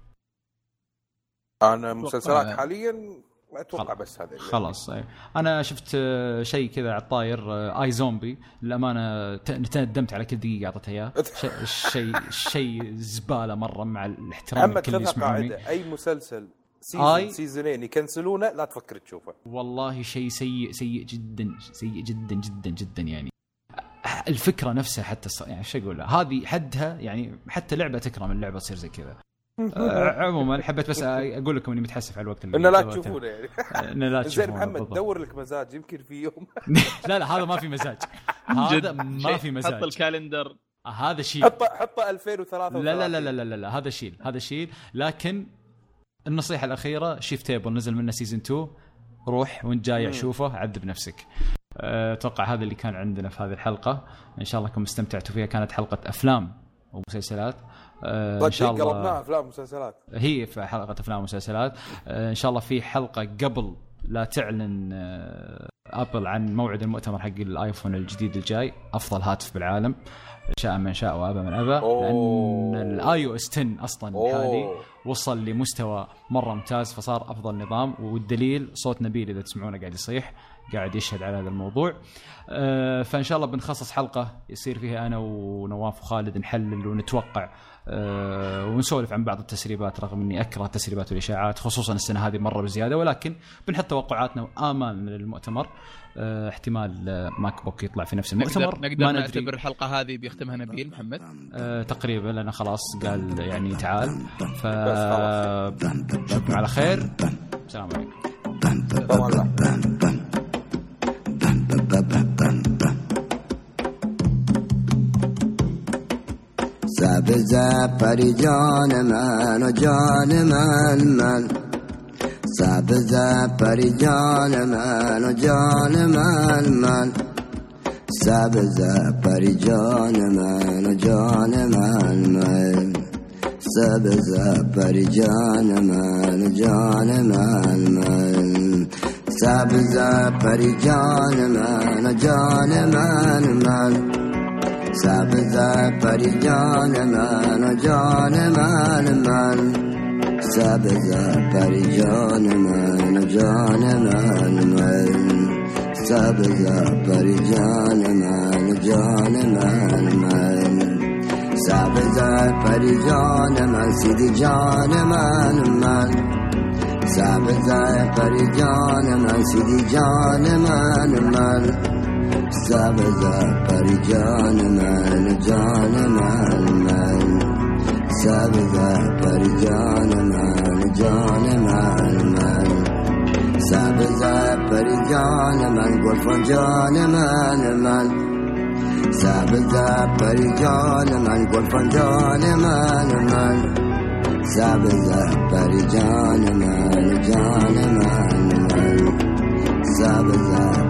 Speaker 1: انا مسلسلات حاليا ما اتوقع بس هذا
Speaker 2: خلاص. انا شفت شيء كذا على الطاير، اي زومبي، للامانه ندمت على كل دقيقه اعطيتها اياه. شيء زباله مره، مع الاحترام لكل يسمعوني.
Speaker 1: اي مسلسل سيزونين يكنسلونه لا تفكر تشوفه، والله
Speaker 2: شيء سيء جدا جدا جدا جدا. يعني الفكره نفسها حتى يعني شو اقول، هذه حدها يعني حتى لعبه تكرم اللعبه تصير زي كذا. عموما حبيت بس اقول لكم اني متحسف على الوقت
Speaker 1: اللي لا تشوفونه يعني. زين محمد دور لك مزاج يمكن في يوم.
Speaker 2: لا هذا ما في مزاج، هذا ما في مزاج.
Speaker 3: حط الكالندر،
Speaker 2: هذا شيء.
Speaker 1: حط 2003.
Speaker 2: لا هذا شيء. لكن النصيحه الاخيره، شيف تيبل نزل منه سيزن 2، روح وانت جاي شوفه، عذب نفسك. اتوقع هذا اللي كان عندنا في هذه الحلقه. ان شاء الله انكم استمتعتوا فيها. كانت حلقه افلام ومسلسلات ان شاء الله.
Speaker 1: قربناها افلام ومسلسلات،
Speaker 2: هي في حلقه افلام ومسلسلات. ان شاء الله في حلقه قبل لا تعلن ابل عن موعد المؤتمر حق الايفون الجديد الجاي، افضل هاتف بالعالم، شاء من شاء وابى من ابى. لان الاي او اس 10 اصلا الحالي وصل لمستوى مره ممتاز، فصار افضل نظام. والدليل صوت نبيل اذا تسمعونه قاعد يصيح، قاعد يشهد على هذا الموضوع. فان شاء الله بنخصص حلقه يصير فيها انا ونواف وخالد نحلل ونتوقع ونسولف عن بعض التسريبات، رغم اني اكره التسريبات والاشاعات خصوصا السنه هذه مره بزياده، ولكن بنحط توقعاتنا وامال من المؤتمر. احتمال ماك بوك يطلع في نفس المؤتمر.
Speaker 3: نقدر نعتبر الحلقه هذه بيختمها نبيل محمد
Speaker 2: تقريبا، لأنه خلاص قال يعني تعال. فشكرا على خير، السلام عليكم.
Speaker 4: سابزا پریجان من و جان من سابزا پریجان من و جان من سابزا پریجان من و جان من سابزا پریجان من و جان من سابزا پریجان من و جان من سابزا پریجان من و جان من سابزا پریجان من و جان من سابزا پریجان من و جان من سابزا پریجان من سیدی جان من سابزا پریجان من سیدی جان من سابزا پریجان من جان من سابزا پریجان من جان من سابزا پریجان من گلفان جان من سابزة بريجان من قرفنجان من سابزة بريجان من جان من سابزة